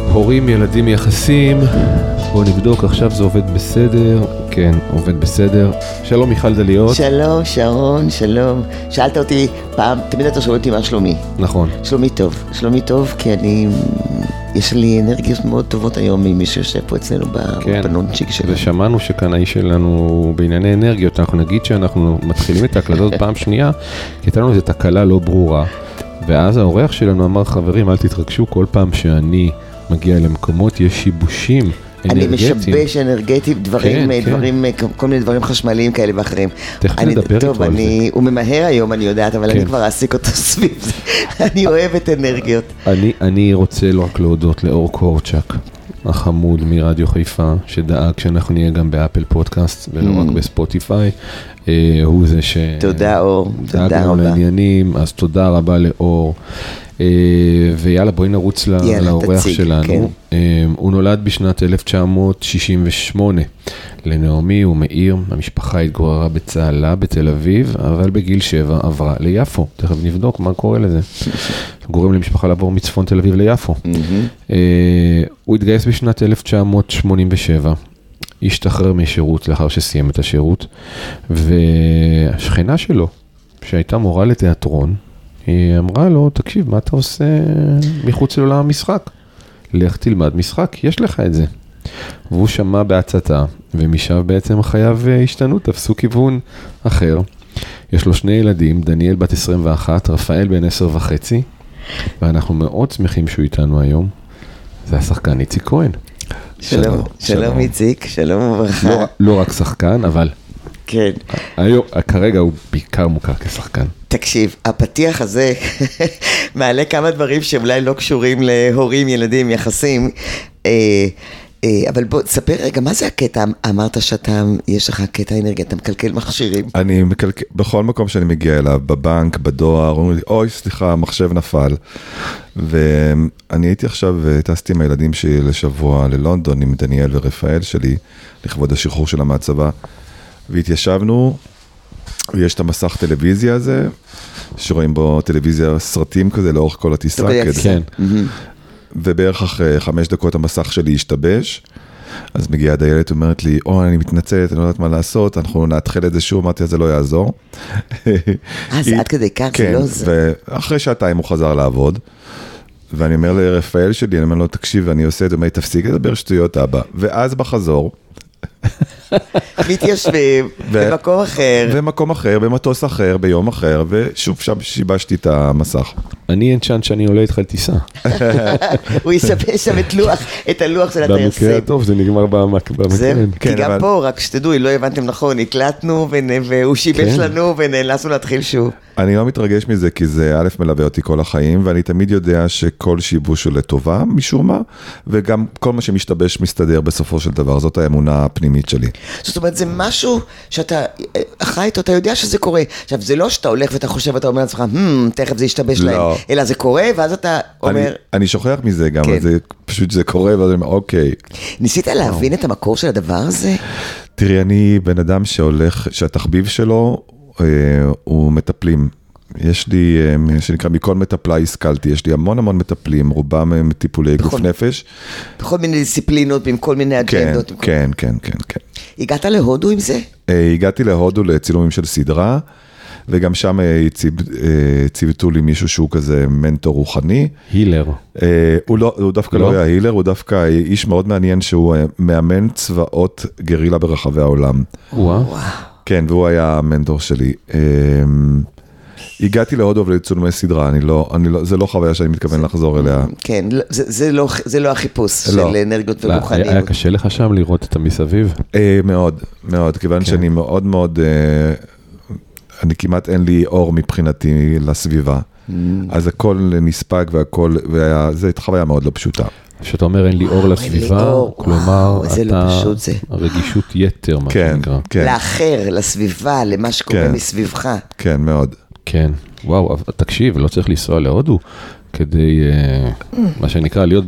הורים, ילדים, יחסים. בואו נבדוק, עכשיו זה עובד בסדר. כן, עובד בסדר. שלום מיכל דליות. שלום שרון, שלום. שאלת אותי פעם, תמיד אתה שואל אותי מה שלומי. נכון. שלומי טוב כי יש לי אנרגיות מאוד טובות היום ממי שיושב פה אצלנו בפנונצ'יק שלנו. ושמענו שכאן האיש שלנו בענייני אנרגיות, אנחנו נגיד שאנחנו מתחילים את ההקלטות פעם שנייה, כי הייתה לנו איזו תקלה לא ברורה, ואז האורח שלנו אמר, חברים, אל תתרגשו, כל פעם שאני מגיע למקומות יש שיבושים אנרגטיים. אני משבש אנרגטיים, כל מיני דברים חשמליים כאלה ואחרים. תכף נדבר איתו על זה. הוא ממהר היום, אני יודעת, אבל אני כבר אעסיק אותו סביב זה. אני אוהבת אנרגיות. אני רוצה לא רק להודות לאור קורצ'ק, החמוד מרדיו חיפה, שדאג שאנחנו נהיה גם באפל פודקאסט, ולא רק בספוטיפיי. הוא זה תודה אור, דאג לנו לעניינים, אז תודה רבה לאור. ויאללה, בואי נרוץ לאורח שלנו. הוא נולד בשנת 1968 לנעמי ומאיר. המשפחה התגוררה בצהלה בתל אביב, אבל בגיל 7 עברה ליפו. תכף נבדוק מה קורה לזה. גורם למשפחה לעבור מצפון תל אביב ליפו. הוא התגייס בשנת 1987. השתחרר משירות לאחר שסיים את השירות, והשכנה שלו, שהייתה מורה לתיאטרון, היא אמרה לו, תקשיב, מה אתה עושה מחוץ לעולם המשחק? לך תלמד משחק, יש לך את זה. והוא שמע בהצתה, ומשם בעצם חייו השתנו, תפסו כיוון אחר. יש לו 2 ילדים, דניאל בת 21, רפאל בן 10.5, ואנחנו מאוד שמחים שהוא איתנו היום. זה השחקן איציק כהן. שלום איציק, שלום וברכה. לא רק שחקן, אבל כן. כרגע הוא בעיקר מוכר כשחקן. תקשיב, הפתיח הזה מעלה כמה דברים שאולי לא קשורים להורים, ילדים, יחסים, אבל בוא, תספר רגע, מה זה הקטע? אמרת שאתה, יש לך קטע אנרגיה, אתה מקלקל מכשירים. אני מקלקל, בכל מקום שאני מגיע אליו, בבנק, בדואר, אומרים לי, אוי, סליחה, המחשב נפל. ואני הייתי עכשיו, טסתי עם הילדים שלי לשבוע ללונדון, עם דניאל ורפאל שלי, לכבוד השחרור שלה מהצבא, והתיישבנו, ויש את המסך טלוויזיה הזה, שרואים בו טלוויזיה, סרטים כזה, לאורך כל הטיסה. כן. ובערך אחרי 5 דקות המסך שלי השתבש, אז מגיעה הדיילת ואומרת לי, אני מתנצלת, אני לא יודעת מה לעשות, אנחנו נתחיל את זה שוב, אמרתי, זה לא יעזור. זה עד כדי כך, זה לא זה. ואחרי 2 שעתיים הוא חזר לעבוד, ואני אומר לרפאל שלי, אני אומר לו, תקשיב, אני עושה את זה, אומר, תפסיק לדבר שטויות אבא. ואז בחזור, מתיישבים במקום אחר. במקום אחר, במטוס אחר, ביום אחר, ושוב שם שיבשתי את המסך. אני אין צ'אנס שאני עולה איתך לטיסה. הוא יספש שם את הלוח של הטייסים. במקרה הטוב, זה נגמר במקרן. כי גם פה, רק שתדעו, לא הבנתם נכון, הקלטנו והוא שיבש לנו ונאלצנו להתחיל שוב. אני לא מתרגש מזה, כי זה א' מלווה אותי כל החיים, ואני תמיד יודע שכל שיבוש הוא לטובה, משום מה, וגם כל מה שמשתבש מסתדר בסופו של דבר, זאת האמונה הפנימית שלי. זאת אומרת, זה משהו שאתה אחראי איתו, אתה יודע שזה קורה. עכשיו, זה לא שאתה הולך ואתה חושב, אתה אומר לעצמך, תכף זה ישתבש להם, אלא זה קורה, ואז אתה אומר... אני שוכח מזה גם, פשוט זה קורה, ואז אני אומר, אוקיי. ניסית להבין את המקור של הדבר הזה? תראי, אני בן אדם שהתחביב שלו, הוא מטפלים. יש לי, שנקרא, מכל מטפלה השכלתי, יש לי המון מטפלים, רובם טיפולי גוף נפש. בכל מיני דיסציפלינות, עם כל מיני אג'נדות. כן. הגעת להודו עם זה? הגעתי להודו לצילומים של סדרה, וגם שם ציוותו לי מישהו שהוא כזה מנטור רוחני. הילר. הוא דווקא לא היה הילר, הוא דווקא איש מאוד מעניין שהוא מאמן צבאות גרילה ברחבי העולם. וואו. כן, והוא היה המנטור שלי. הגעתי להודו ולצילומי סדרה, זה לא חוויה שאני מתכוון לחזור אליה. כן, זה לא החיפוש של אנרגיות ורוחניות. היה קשה לך שם לראות את המסביב? מאוד, מאוד, כיוון שאני מאוד, אני כמעט אין לי אור מבחינתי לסביבה. אז הכל נספק והכל, זה חוויה מאוד לא פשוטה. שאתה אומר אין לי אור לסביבה, כלומר אתה הרגישות יתר, מה שנקרא. לאחר, לסביבה, למה שקורה מסביבך. כן, מאוד. כן, וואו, תקשיב, לא צריך לנסוע להודו, כדי, מה שנקרא, להיות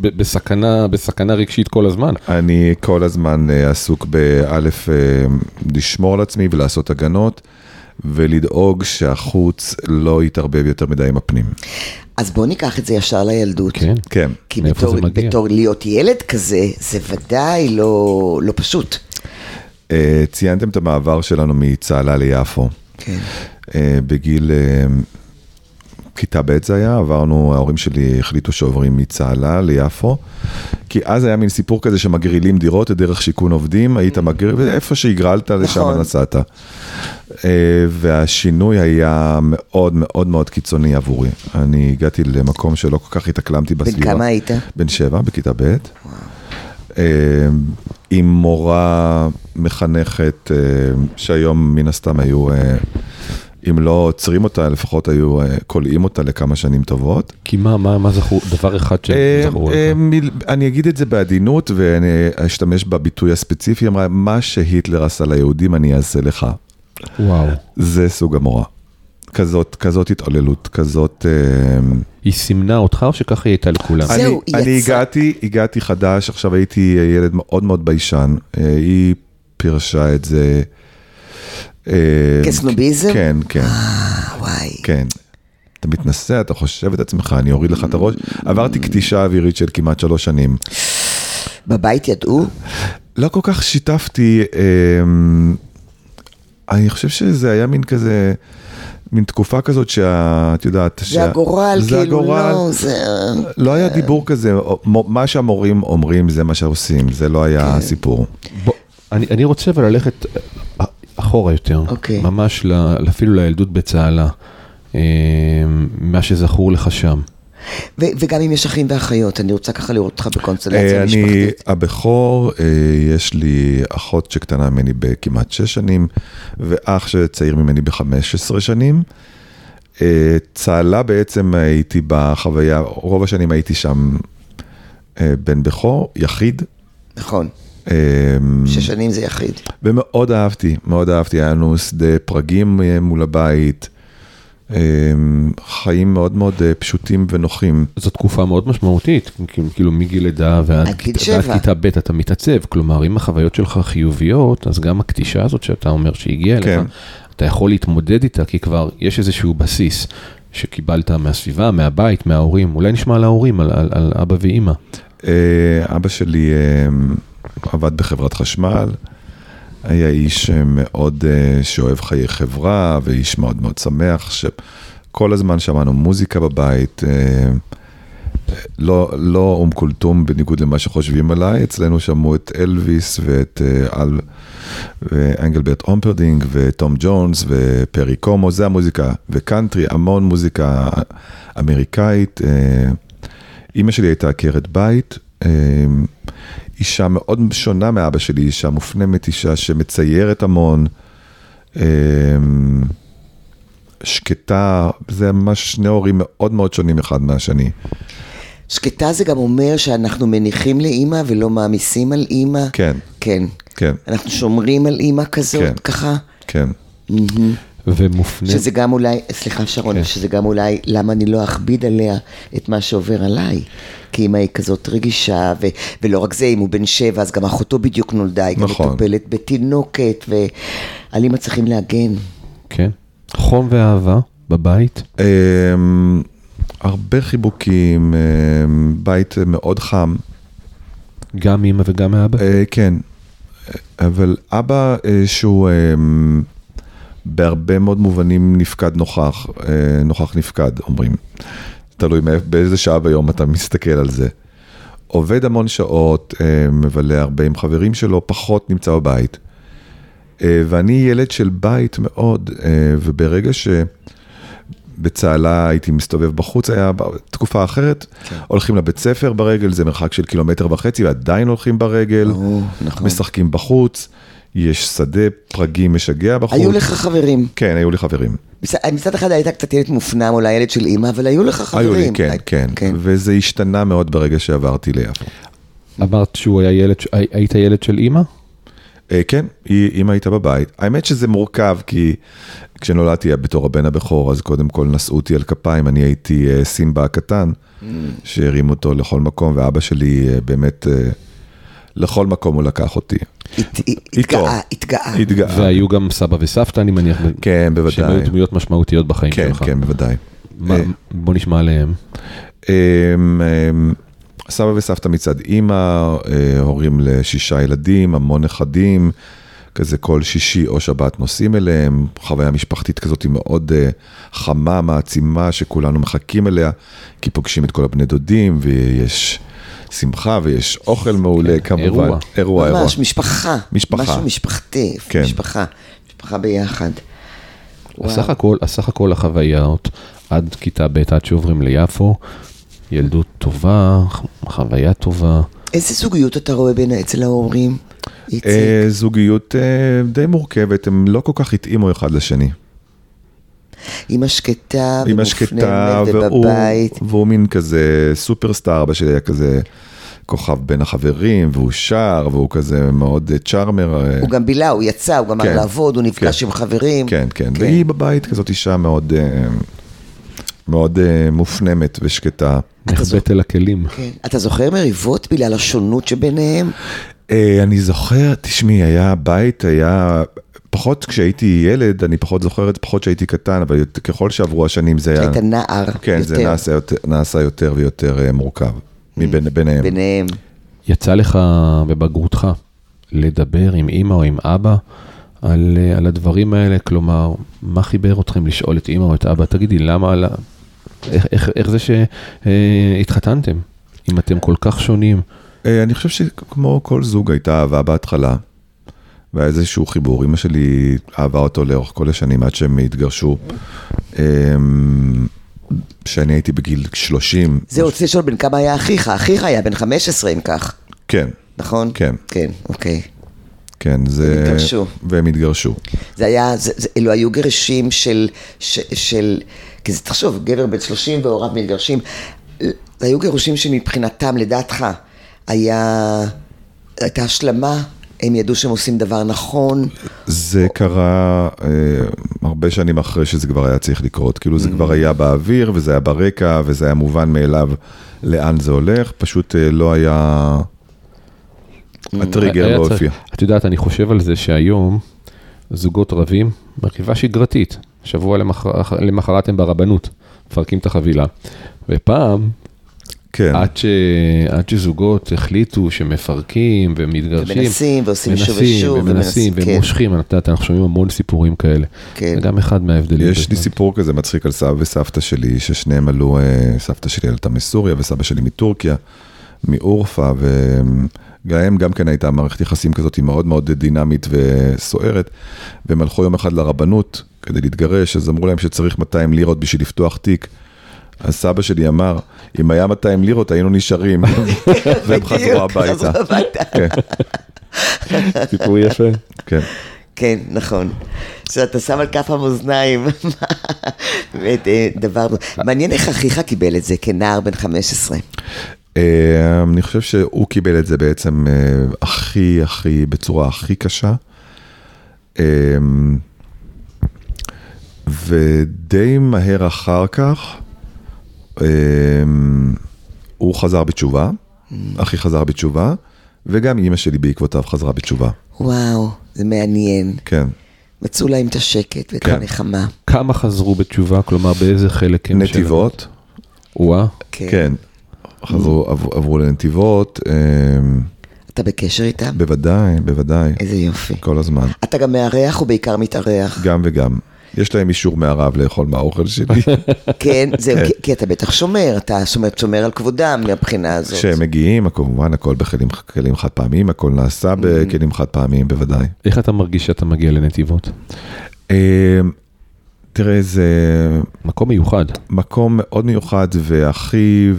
בסכנה רגשית כל הזמן. אני כל הזמן עסוק באלף לשמור על עצמי ולעשות הגנות, ולדאוג שהחוץ לא יתערבב יותר מדי עם הפנים. אז בוא ניקח את זה ישר לילדות. כן. כן. כי בתור להיות ילד כזה, זה ודאי לא פשוט. ציינתם את המעבר שלנו מצהלה ליפו. כן. בגיל כיתה ב' זה היה, ההורים שלי החליטו שעוברים מצהלה ליפו, כי אז היה מין סיפור כזה שמגרילים דירות דרך שיכון עובדים, היית מגריל, ואיפה שהגרלת לשם נסעת. והשינוי היה מאוד מאוד מאוד קיצוני עבורי. אני הגעתי למקום שלא כל כך התאקלמתי בסביבה. בן כמה היית? בן 7, בכיתה ב'. עם מורה מחנכת, שהיום מן הסתם היו, אם לא עוצרים אותה, לפחות היו קולעים אותה לכמה שנים טובות. כי מה זכור, דבר אחד שזכור? אני אגיד את זה בעדינות, ואני אשתמש בביטוי הספציפי, אמרה, מה שהיטלר עשה ליהודים, אני אעשה לך. וואו. זה סוג המורה. כזאת התעוללות, כזאת... היא סימנה אותך או שככה היא הייתה לכולם? אני הגעתי חדש, עכשיו הייתי ילד מאוד מאוד ביישן, היא פירשה את זה... כסנוביזם? כן, כן. וואי. כן. אתה מתנסה, אתה חושב את עצמך, אני אוריד לך את הראש. עברתי קטישה אווירית של כמעט 3 שנים. בבית ידעו? לא כל כך שיתפתי, אני חושב שזה היה מין כזה... מין תקופה כזאת שאת יודעת... זה הגורל, כאילו לא, זה... לא היה דיבור כזה, מה שהמורים אומרים זה מה שעושים, זה לא היה סיפור. אני רוצה ללכת אחורה יותר, ממש אפילו לילדות בצהלה, מה שזכור לך שם. וגם אם יש אחים ואחיות, אני רוצה ככה לראות אותך בקונסטלציה משפחתית. הבכור, יש לי אחות שקטנה ממני בכמעט 6 שנים, ואח שצעיר ממני ב-15 שנים. צהלה בעצם הייתי בחוויה, רוב השנים הייתי שם בן בכור, יחיד. נכון. 6 שנים זה יחיד. ומאוד אהבתי, היה לנו שדה פרגים מול הבית, חיים מאוד מאוד פשוטים ונוחים. זו תקופה מאוד משמעותית, כאילו מגיל לידה ועד כיתה ב' אתה מתעצב, כלומר אם החוויות שלך חיוביות, אז גם הקטישה הזאת שאתה אומר שהגיעה אליך, אתה יכול להתמודד איתה, כי כבר יש איזשהו בסיס שקיבלת מהסביבה, מהבית, מההורים, אולי נשמע על ההורים, על אבא ואמא. אבא שלי עבד בחברת חשמל, היה איש מאוד שאוהב חיי חברה, ואיש מאוד מאוד שמח, שכל הזמן שמענו מוזיקה בבית, לא קולטום בניגוד למה שחושבים עליי, אצלנו שמעו את אלוויס ואת אנגלברט אומפרדינג וטום ג'ונס ופרי קומו, זה המוזיקה, וקאנטרי, המון מוזיקה אמריקאית. אמא שלי הייתה עקרת בית, אישה מאוד שונה מאבא שלי, אישה מופנמת, אישה שמציירת המון, שקטה, זה ממש 2 הורים מאוד מאוד שונים אחד מהשני. שקטה זה גם אומר שאנחנו מניחים לאמא ולא מעמיסים על אמא. כן. כן. כן. אנחנו שומרים על אמא כזאת, כן. ככה. כן. ומופנמת. שזה גם אולי, סליחה שרון, כן. שזה גם אולי, למה אני לא אכביד עליה את מה שעובר עליי? כי אמא היא כזאת רגישה, ולא רק זה, אם הוא בן 7, אז גם אחותו בדיוק נולדה, היא נכון. גם מטופלת בתינוקת, ועל אמא צריכים להגן. כן. חום ואהבה בבית? הרבה חיבוקים, בית מאוד חם. גם אמא וגם אבא? כן. אבל אבא שהוא בהרבה מאוד מובנים נפקד נוכח נפקד, אומרים. תלוי באיזה שעה ביום אתה מסתכל על זה. עובד המון שעות, מבלה הרבה עם חברים שלו, פחות נמצא בבית. ואני ילד של בית מאוד, וברגע שבצהלה הייתי מסתובב בחוץ, היה תקופה אחרת, הולכים לבית ספר ברגל, זה מרחק של 1.5 קילומטר, ועדיין הולכים ברגל, משחקים בחוץ, יש שדה פרגים משגע בחוץ. היו לך חברים? כן, היו לי חברים. מצד אחד היית קצת ילד מופנם, אולי ילד של אמא, אבל היו לך חברים. היו לי, כן. וזה השתנה מאוד ברגע שעברתי ליפו. אמרת שהוא היה ילד, היית ילד של אמא? כן, אמא הייתה בבית. האמת שזה מורכב, כי כשנולדתי בתור הבן הבכור, אז קודם כל נשאו אותי על כפיים, אני הייתי סימבה הקטן, שהרים אותו לכל מקום, ואבא שלי באמת לכל מקום הוא לקח אותי. התגאה. והיו גם סבא וסבתא, אני מניח. כן, בוודאי. שהם היו דמויות משמעותיות בחיים שלך. כן, כן, בוודאי. בוא נשמע עליהם. סבא וסבתא מצד אמא, הורים ל6 ילדים, המון נכדים, כזה כל שישי או שבת נוסעים אליהם, חוויה משפחתית כזאת מאוד חמה, מעצימה, שכולנו מחכים אליה, כי פוגשים את כל הבני דודים, ויש שמחה, ויש אוכל מעולה, כמובן. אירוע. ממש, משפחה. משהו משפחתי, משפחה ביחד. הסך הכל החוויות, עד כיתה ב' עד שעוברים ליפו, ילדות טובה, חוויה טובה. איזה זוגיות אתה רואה אצל ההורים? זוגיות די מורכבת, הם לא כל כך התאימו אחד לשני. אמא שקטה ומופנמת ובבית. והוא מין כזה סופרסטאר, אבא שלי היה כזה כוכב בין החברים, והוא שר, והוא כזה מאוד צ'ארמר. הוא גם בילה, הוא יצא, הוא גמר לעבוד, הוא נפגש עם חברים. כן, כן, והיא בבית כזאת אישה מאוד מאוד מופנמת ושקטה. נחבט אל הכלים. אתה זוכר מריבות בגלל השונות שביניהם? אני זוכר, תשמעי, היה בית, היה פחות כשהייתי ילד, אני פחות זוכרת, פחות שהייתי קטן, אבל ככל שעברו השנים זה היה... שהיית נער. כן, זה נעשה יותר ויותר מורכב ביניהם. ביניהם. יצא לך בבגרותך לדבר עם אמא או עם אבא על הדברים האלה, כלומר, מה חיבר אתכם לשאול את אמא או את אבא? תגידי, למה, איך זה שהתחתנתם, אם אתם כל כך שונים? אני חושב שכמו כל זוג הייתה אהבה בהתחלה, והיה איזשהו חיבור. אמא שלי אהבה אותו לאורך כל השנים עד שהם התגרשו. שאני הייתי בגיל 30. זה רוצה לשאול בין כמה היה אחיך? אחיך היה בין 15 אם כך. כן. נכון? כן. כן, אוקיי. כן, זה... התגרשו. והם התגרשו. זה היה, אלו היו גרשים של, כי זה תחשוב, גבר בן 30 והוריו מתגרשים, זה היו גירושים שמבחינתם, לדעתך, הייתה השלמה, הם ידעו שהם עושים דבר נכון. זה קרה הרבה שנים אחרי שזה כבר היה צריך לקרות, כאילו זה כבר היה באוויר, וזה היה ברקע, וזה היה מובן מאליו לאן זה הולך, פשוט לא היה... הטריגר לא הופיע. את יודעת, אני חושב על זה שהיום זוגות רבים, מרכיבה שגרתית, שבוע למחרת הם ברבנות, מפרקים את החבילה, ופעם, כן. עד שזוגות החליטו שמפרקים ומתגרשים, ומנסים ועושים שוב ושוב, ומנסים ומושכים, אנחנו שומעים המון סיפורים כאלה, זה גם אחד מההבדלים. יש לי סיפור כזה מצחיק על סבא וסבתא שלי, ששניהם עלו, סבתא שלי עלתה מסוריה וסבא שלי מטורקיה, מאורפה, גם כן הייתה מערכת יחסים כזאת היא מאוד מאוד דינמית וסוערת, והם הלכו יום אחד לרבנות כדי להתגרש, אז אמרו להם שצריך 200 לירות בשביל לפתוח תיק, אז סבא שלי אמר, אם היה 200 לירות היינו נשארים, והם חזרו הביתה. סיפור יפה. כן. כן, נכון. שאתה שם על כף המאזניים, באמת דבר, מעניין איך אחיך קיבל את זה כנער בן 15. אני חושב שהוא קיבל את זה בעצם בצורה הכי קשה, ודי מהר אחר כך, הוא חזר בתשובה, אחי חזר בתשובה, וגם אמא שלי בעקבותיו חזרה בתשובה. וואו, זה מעניין. כן. מצאו להם את השקט ואת הנחמה. כמה חזרו בתשובה? כלומר, באיזה חלק הם שלהם? נתיבות. וואה. כן. עברו לנתיבות. אתה בקשר איתם? בוודאי. איזה יופי. כל הזמן. אתה גם מארח או בעיקר מתארח? גם וגם. יש להם אישור מהרב לאכול מהאוכל שלי. כן, כי אתה בטח שומר, אתה שומר על כבודם מהבחינה הזאת. כשהם מגיעים, כמובן, הכל בכלים חד פעמים, הכל נעשה בכלים חד פעמים, בוודאי. איך אתה מרגיש שאתה מגיע לנתיבות? תראה, זה... מקום מיוחד. מקום מאוד מיוחד, ואחי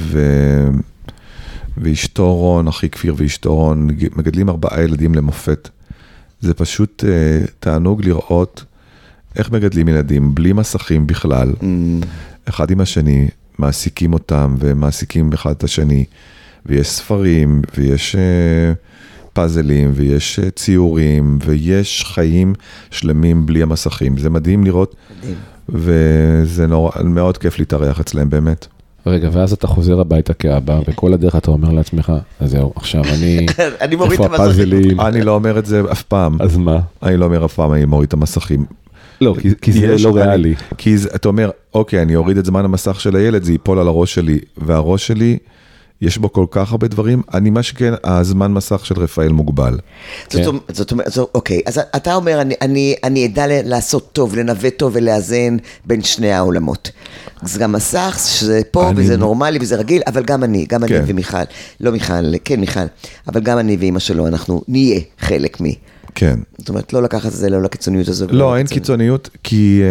ואשתו רון, אחי כפיר ואשתו רון, מגדלים 4 ילדים למופת. זה פשוט תענוג לראות איך מגדלים ילדים, בלי מסכים בכלל. אחד עם השני, מעסיקים אותם, ומעסיקים אחד את השני, ויש ספרים, ויש פאזלים, ויש ציורים, ויש חיים שלמים בלי המסכים. זה מדהים לראות, וזה מאוד כיף להתארח אצלם באמת. רגע, ואז אתה חוזר הביתה כאבא, וכל הדרך אתה אומר לעצמך, אז זהו, עכשיו אני מוריד את המסכים. אני לא אומר את זה אף פעם. אז מה? אני לא אומר אף פעם, אני מוריד את המסכים. לא, כי זה לא ריאלי. כי אתה אומר, אוקיי, אני אוריד את זמן המסך של הילד, זה ייפול על הראש שלי, והראש שלי, יש בו כל כך הרבה דברים, אני מה שכן, הזמן מסך של רפאל מוגבל. זאת אומרת, אוקיי, אז אתה אומר, אני אדע לעשות טוב, לנווט טוב ולאזן בין שני העולמות. זה גם מסך, שזה פה וזה נורמלי וזה רגיל, אבל גם אני ומיכל, לא מיכל, כן מיכל, אבל גם אני ואמא שלו, אנחנו נהיה חלק מי. כן. זאת אומרת, לא לקחת את זה, לא לקיצוניות הזו. לא, אין קיצוניות, כי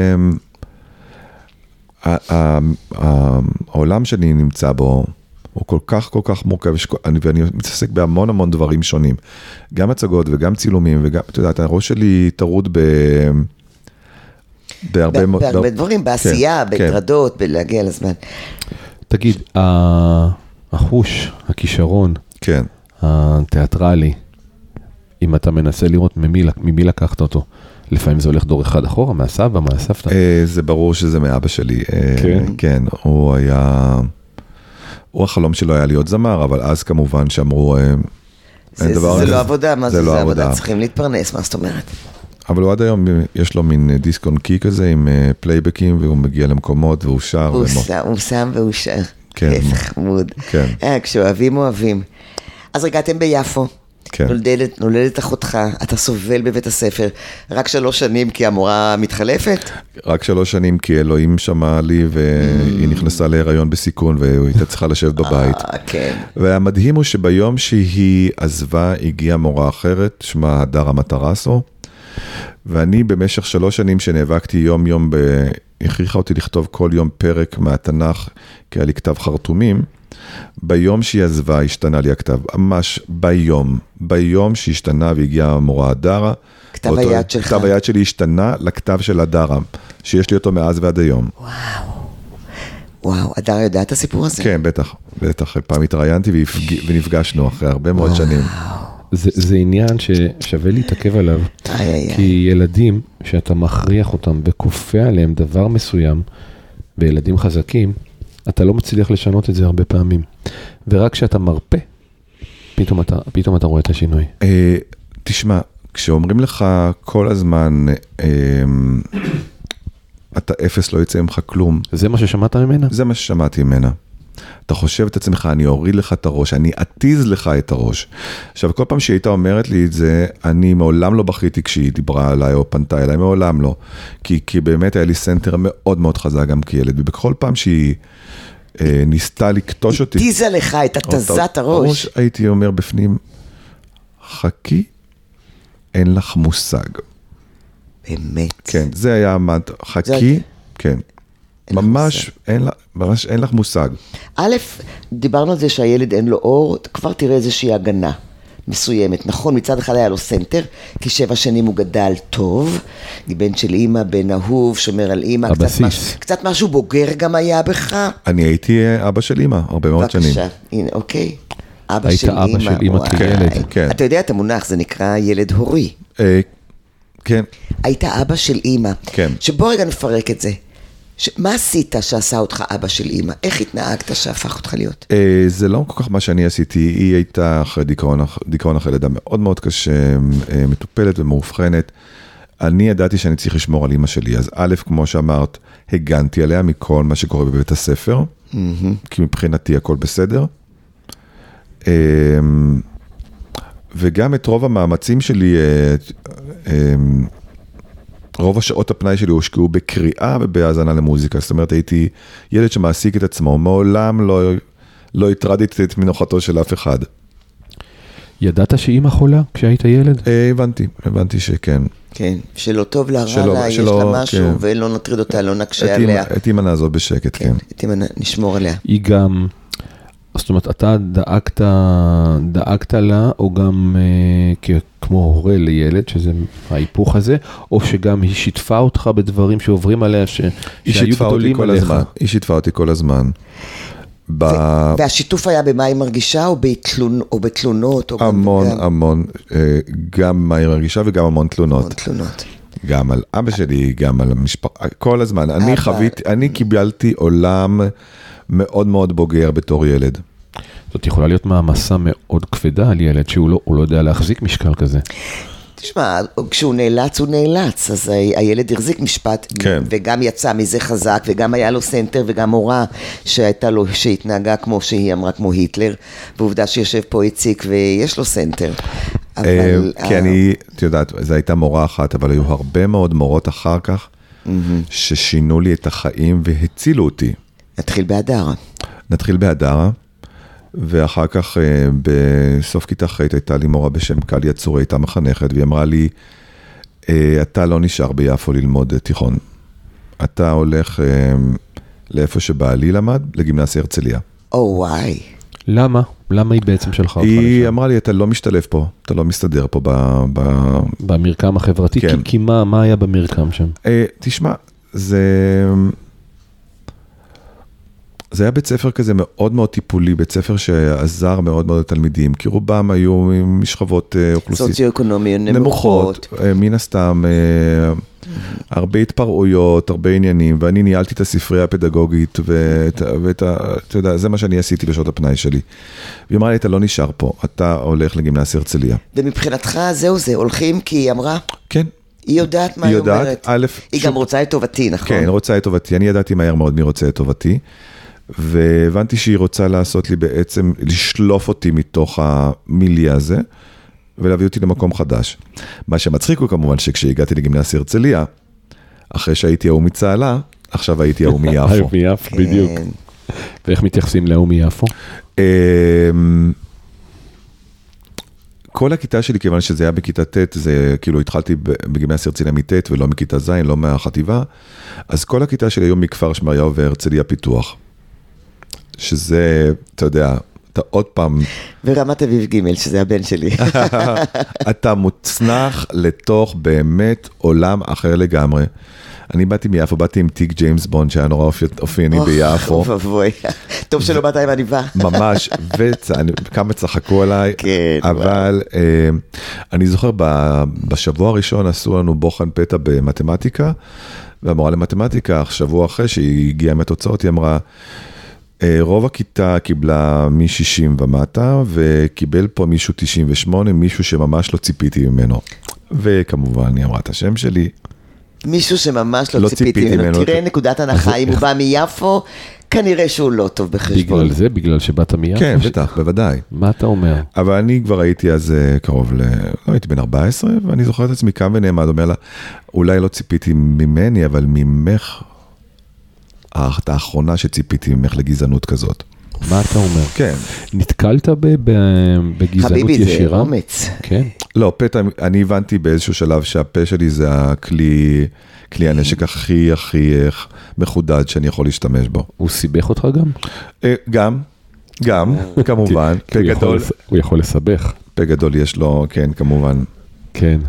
העולם שאני נמצא בו, הוא כל כך מורכב, ואני מתעסק בהמון דברים שונים, גם הצגות וגם צילומים, וגם, אתה יודע, הראש שלי טרוד בהרבה דברים, בעשייה, בהטרדות, בלהגיע לזמן. תגיד, החוש, הכישרון, התיאטרלי, אם אתה מנסה לראות ממי לקחת אותו, לפעמים זה הולך דור אחד אחורה, מהסבא, מהסבתא? זה ברור שזה מאבא שלי, כן, הוא היה... הוא החלום שלו היה להיות זמר, אבל אז כמובן שאמרו, זה לא עבודה, מה זה לא עבודה? צריכים להתפרנס, מה זאת אומרת? אבל הוא עד היום, יש לו מין דיסק און קי כזה, עם פלייבקים, והוא מגיע למקומות, והוא שר. הוא שם והוא שר. כן. איזה חמוד. כן. כשאוהבים, אוהבים. אז רגעתם ביפו. כן. נולדת אחותך, אתה סובל בבית הספר, רק 3 שנים כי המורה מתחלפת? רק 3 שנים כי אלוהים שמע לי והיא נכנסה להיריון בסיכון והיא הייתה צריכה לשבת בבית. כן. והמדהים הוא שביום שהיא עזבה הגיעה מורה אחרת, שמה דרה מטרסו, ואני במשך 3 שנים שנאבקתי יום יום, הכריחה אותי לכתוב כל יום פרק מהתנ"ך, כי היה לי כתב חרטומים, ביום שהיא עזבה, השתנה לי הכתב, ממש ביום שהשתנה והגיעה המורה הדרה, כתב היד שלך. כתב היד שלי השתנה לכתב של הדרה, שיש לי אותו מאז ועד היום. וואו, הדרה יודע את הסיפור הזה? כן, בטח, פעם התראיינתי ונפגשנו אחרי הרבה מאוד שנים. זה עניין ששווה להתעכב עליו, כי ילדים שאתה מכריח אותם וכופה עליהם דבר מסוים, וילדים חזקים, אתה לא מצליח לשנות את זה הרבה פעמים. ורק כשאתה מרפא, פתאום אתה רואה את השינוי. תשמע, כשאומרים לך כל הזמן, אתה אפס, לא יצא ממך כלום. זה מה ששמעת ממנה? זה מה ששמעתי ממנה. אתה חושב את עצמך, אני אוריד לך את הראש, אני אטיז לך את הראש. עכשיו, כל פעם שהיא אומרת לי את זה, אני מעולם לא בכיתי כשהיא דיברה עליי או פנתה אליי, מעולם לא. כי באמת היה לי סנטר מאוד מאוד חזק גם כילד, ובכל פעם שהיא ניסתה לקטוש אותי. הטיזה לך את התזת הראש. הייתי אומר בפנים, חכי, אין לך מושג. באמת. כן, זה היה עמד, חכי, כן. ממש אין לך מושג. א', דיברנו על זה שהילד אין לו אור, כבר תראה איזושהי הגנה מסוימת. נכון, מצד אחד היה לו סנטר, כי 7 שנים הוא גדל טוב, בן של אמא, בן אהוב, שומר על אמא, קצת משהו בוגר גם היה בך. אני הייתי אבא של אמא, הרבה מאוד שנים. בבקשה, הנה, אוקיי. אבא של אמא. היית אבא של אמא כילד. כן. אתה יודע את המונח, זה נקרא ילד הורי. כן. היית אבא של אמא. כן. שבוא רגע נפרק את זה. מה עשית שעשה אותך אבא של אמא? איך התנהגת שהפך אותך להיות? זה לא כל כך מה שאני עשיתי, היא הייתה אחרי דיכאון אחרי לידה מאוד מאוד קשה, מטופלת ומאובחנת. אני ידעתי שאני צריך לשמור על אמא שלי, אז א', כמו שאמרת, הגנתי עליה מכל מה שקורה בבית הספר, כי מבחינתי הכל בסדר. וגם את רוב המאמצים שלי, רוב השעות הפנאי שלי הושקעו בקריאה ובהאזנה למוזיקה, זאת אומרת הייתי ילד שמעסיק את עצמו, מעולם לא הטרדתי את מנוחתו של אף אחד. ידעת שאמא חולה כשהיית ילד? הבנתי שכן. כן, שלא טוב לה, רע לה, יש לה משהו ולא נטריד אותה, לא נקשה עליה. את אמא נעזוב בשקט, כן. את אמא נשמור עליה. היא גם... זאת אומרת, אתה דאגת לה, או גם כמו הורה לילד, שזה ההיפוך הזה, או שגם היא שיתפה אותך בדברים שעוברים עליה, שהיו גדולים עליך. היא שיתפה אותי כל הזמן. והשיתוף היה במה היא מרגישה, או בתלונות? המון, גם מה היא מרגישה וגם המון תלונות. גם על אבא שלי, גם על המשפחה, כל הזמן. אני קיבלתי עולם מאוד מאוד בוגר בתור ילד. זאת יכולה להיות מעמסה מאוד כבדה על ילד, שהוא לא יודע להחזיק משקל כזה. תשמע, כשהוא נאלץ, הוא נאלץ, אז הילד החזיק משפט, כן. וגם יצא מזה חזק, וגם היה לו סנטר, וגם מורה שהייתה לו, שהתנהגה כמו שהיא אמרה, כמו היטלר, ועובדה שיושב פה הציק ויש לו סנטר. כי אני, את יודעת, זו הייתה מורה אחת, אבל היו הרבה מאוד מורות אחר כך, ששינו לי את החיים והצילו אותי. נתחיל בהדרה. ואחר כך בסוף כיתה ח' הייתה לי מורה בשם קליה צורי, הייתה מחנכת, והיא אמרה לי, אתה לא נשאר ביפו ללמוד תיכון. אתה הולך לאיפה שבעלי למד, לגימנסיה הרצליה. וואי. למה? למה היא בעצם שלחה אותך לשם? היא אמרה לי, אתה לא משתלב פה, אתה לא מסתדר פה במרקם החברתי? כן. כי מה היה במרקם שם? תשמע, זה היה בית ספר כזה מאוד מאוד טיפולי, בית ספר שעזר מאוד מאוד לתלמידים, כי רובם היו משכבות אוכלוסיות. סוציו-אקונומיות נמוכות. מן הסתם, הרבה התפרעויות, הרבה עניינים, ואני ניהלתי את הספרייה הפדגוגית, ואתה יודע, זה מה שאני עשיתי בשעות הפנאי שלי. והיא אמרה לי, אתה לא נשאר פה, אתה הולך לגימנסיה הרצליה. ומבחינתך זה, הולכים כי היא אמרה? כן. היא יודעת מה היא אומרת. היא גם רוצה את טובתי, נכון? כן, רוצה את טובתי. אני ידעתי מהר מאוד מי רוצה את טובתי. והבנתי שהיא רוצה לעשות לי בעצם, לשלוף אותי מתוך המילי הזה, ולהביא אותי למקום חדש. מה שמצחיק הוא כמובן שכשהגעתי לגימנסיה הרצליה, אחרי שהייתי ההוא מצהלה, עכשיו הייתי ההוא מיפו. ההוא מיפו, בדיוק. ואיך מתייחסים להוא מיפו? כל הכיתה שלי, כיוון שזה היה בכיתה ט', זה כאילו התחלתי בגימנסיה הרצליה מט' ולא מכיתה ז', לא מהחטיבה, אז כל הכיתה שלי היום מכפר שמריהו והרצליה פיתוח. שזה, אתה יודע, אתה עוד פעם... ורמת אביב ג' שזה הבן שלי. אתה מוצנח לתוך באמת עולם אחר לגמרי. אני באתי מיפו, באתי עם תיק ג'יימס בונד, שהיה נורא אופייני ביפו. טוב שלא באת עם עניבה. ממש, וכמה צחקו עליי. כן. אבל אני זוכר, בשבוע הראשון עשו לנו בוחן פתע במתמטיקה, והמורה למתמטיקה, שבוע אחרי שהיא הגיעה מהתוצאות, היא אמרה, רוב הכיתה קיבלה מ-60 ומטה, וקיבל פה מישהו 98, מישהו שממש לא ציפיתי ממנו. וכמובן, היא אמרה את השם שלי. מישהו שממש לא ציפיתי ממנו. תראה נקודת הנחה, אם הוא בא מיפו, כנראה שהוא לא טוב בחשבון. בגלל זה? בגלל שבאת מיפו? כן, בטח, בוודאי. מה אתה אומר? אבל אני כבר הייתי אז קרוב לא הייתי בן 14, ואני זוכר את עצמי קם ונעמד, אומר לה, אולי לא ציפיתי ממני, אבל ממך, האחרונה שציפיתי ממך לגזענות כזאת. מה אתה אומר? כן. נתקלת בגזענות ישירה? חביבי, זה אומץ. כן. לא, פתע, אני הבנתי באיזשהו שלב שהפה שלי זה כלי הנשק הכי מחודד שאני יכול להשתמש בו. הוא סיבך אותך גם? גם, כמובן. הוא יכול לסבך. פה גדול יש לו, כן, כמובן. כן.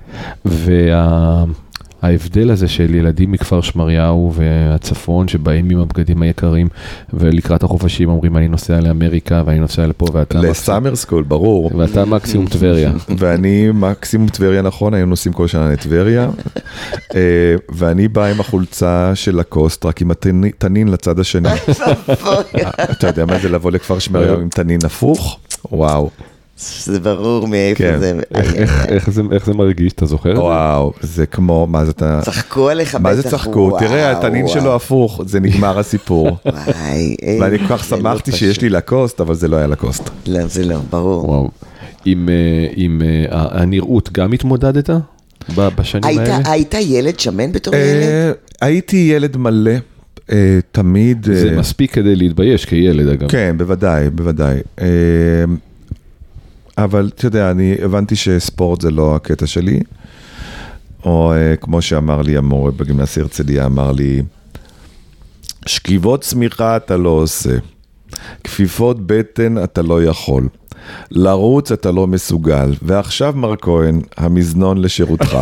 ההבדל הזה של ילדים מכפר שמריהו והצפון שבאים עם הבגדים היקרים ולקראת החופשים אומרים אני נוסע לאמריקה ואני נוסע לפה ואתה לסאמר סקול, ברור. ואתה מקסימום טבריה. ואני מקסימום טבריה, נכון, היינו נוסעים כל שנה לטבריה ואני בא עם החולצה של לקוסט רק עם התנין לצד השני. אתה יודע מה זה לבוא לכפר שמריהו עם תנין הפוך? וואו. זה ברור מאיפה זה. איך זה מרגיש, אתה זוכר? וואו, זה כמו, מה זה אתה... צחקו עליך בטח. מה זה צחקו? תראה, התנין שלו הפוך, זה נגמר הסיפור. ואני כל כך שמחתי שיש לי לקוסט, אבל זה לא היה לקוסט. לא, זה לא, ברור. וואו. עם הנראות גם התמודדת בשנים האלה? היית ילד שמן בתור ילד? הייתי ילד מלא. תמיד... זה מספיק כדי להתבייש כילד אגב. כן, בוודאי, בוודאי. אבל אתה יודע, אני הבנתי שספורט זה לא הקטע שלי, או כמו שאמר לי המורה בגימנסיה הרצליה, אמר לי, שכיבות צמיחה אתה לא עושה, כפיפות בטן אתה לא יכול, לרוץ אתה לא מסוגל, ועכשיו מר כהן, המזנון לשירותך.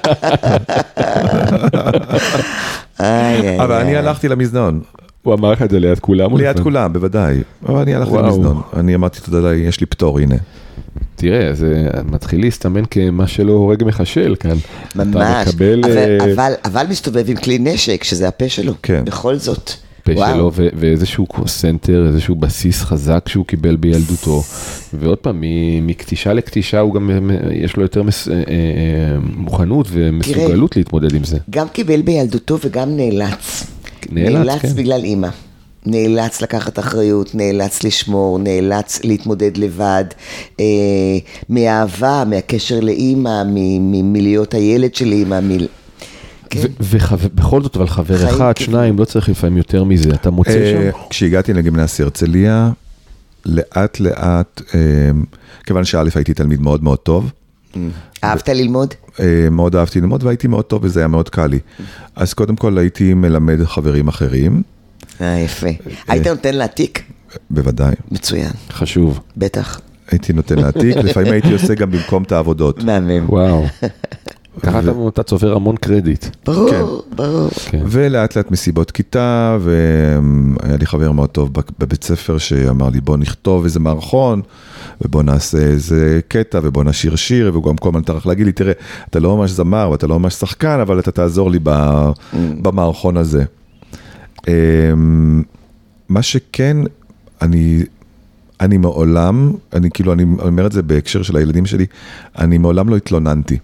אבל אני הלכתי למזנון. הוא אמר לך את זה ליד כולם? ליד כולם, בוודאי. אבל אני הלכתי למזנון. אני אמרתי, תודה לי, יש לי פטור, הנה. תראה, זה מתחיל להסתמן כמה שלא הורג מחשל כאן. ממש, אבל מסתובב עם כלי נשק, שזה הפה שלו. בכל זאת. הפה שלו, ואיזשהו סנטר, איזשהו בסיס חזק שהוא קיבל בילדותו, ועוד פעם, מקטישה לקטישה, הוא גם, יש לו יותר מוכנות ומסוגלות להתמודד עם זה. גם קיבל בילדותו וגם נאלץ. נאלץ בגלל אימא. נאלץ לקחת אחריות, נאלץ לשמור, נאלץ להתמודד לבד, מהאהבה, מהקשר לאימא, מלהיות הילד של אימא, ובכל זאת, אבל חבר אחד, שניים, לא צריך לפעמים יותר מזה, אתה מוצא שם? כשהגעתי לגימנסיה הרצליה, לאט לאט, כיוון שא' הייתי תלמיד מאוד מאוד טוב. אהבת ללמוד? מאוד אהבתי ללמוד, והייתי מאוד טוב, וזה היה מאוד קל לי. אז קודם כל הייתי מלמד חברים אחרים. יפה. היית נותן להעתיק? בוודאי. מצוין. חשוב. בטח. הייתי נותן להעתיק, לפעמים הייתי עושה גם במקום את העבודות. מהמם. וואו. ככה אתה צובר המון קרדיט. ברור, ברור. ולאט לאט מסיבות כיתה, והיה לי חבר מאוד טוב בבית ספר שאמר לי בוא נכתוב איזה מערכון, ובוא נעשה איזה קטע, ובוא נשיר שיר, והוא גם כל הזמן טרח להגיד לי, תראה, אתה לא ממש זמר, ואתה לא ממש שחקן, אבל אתה תעזור לי במערכון הזה. מה שכן, אני מעולם, אני אומר את זה בהקשר של הילדים שלי, אני מעולם לא התלוננתי.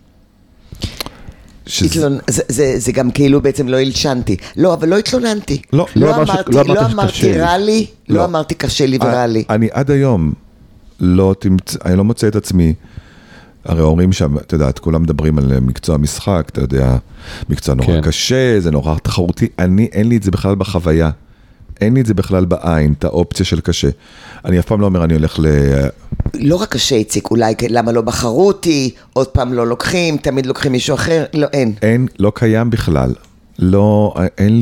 זה גם כאילו בעצם לא הלשנתי. לא, אבל לא התלוננתי. לא אמרתי רע לי, לא אמרתי קשה לי ורע לי. אני עד היום אני לא מוצא את עצמי, הרי אומרים שם, אתה יודע, כולם מדברים על מקצוע משחק, אתה יודע, מקצוע נורא קשה, זה נורא תחרותי, אין לי את זה בכלל בחוויה. אין לי את זה בכלל בעין, את האופציה של קשה. אני אף פעם לא אומר, אני הולך לא רק קשה, איציק, אולי למה לא בחרו אותי, עוד פעם לא לוקחים, תמיד לוקחים מישהו אחר, לא, אין. אין, לא קיים בכלל. לא, אין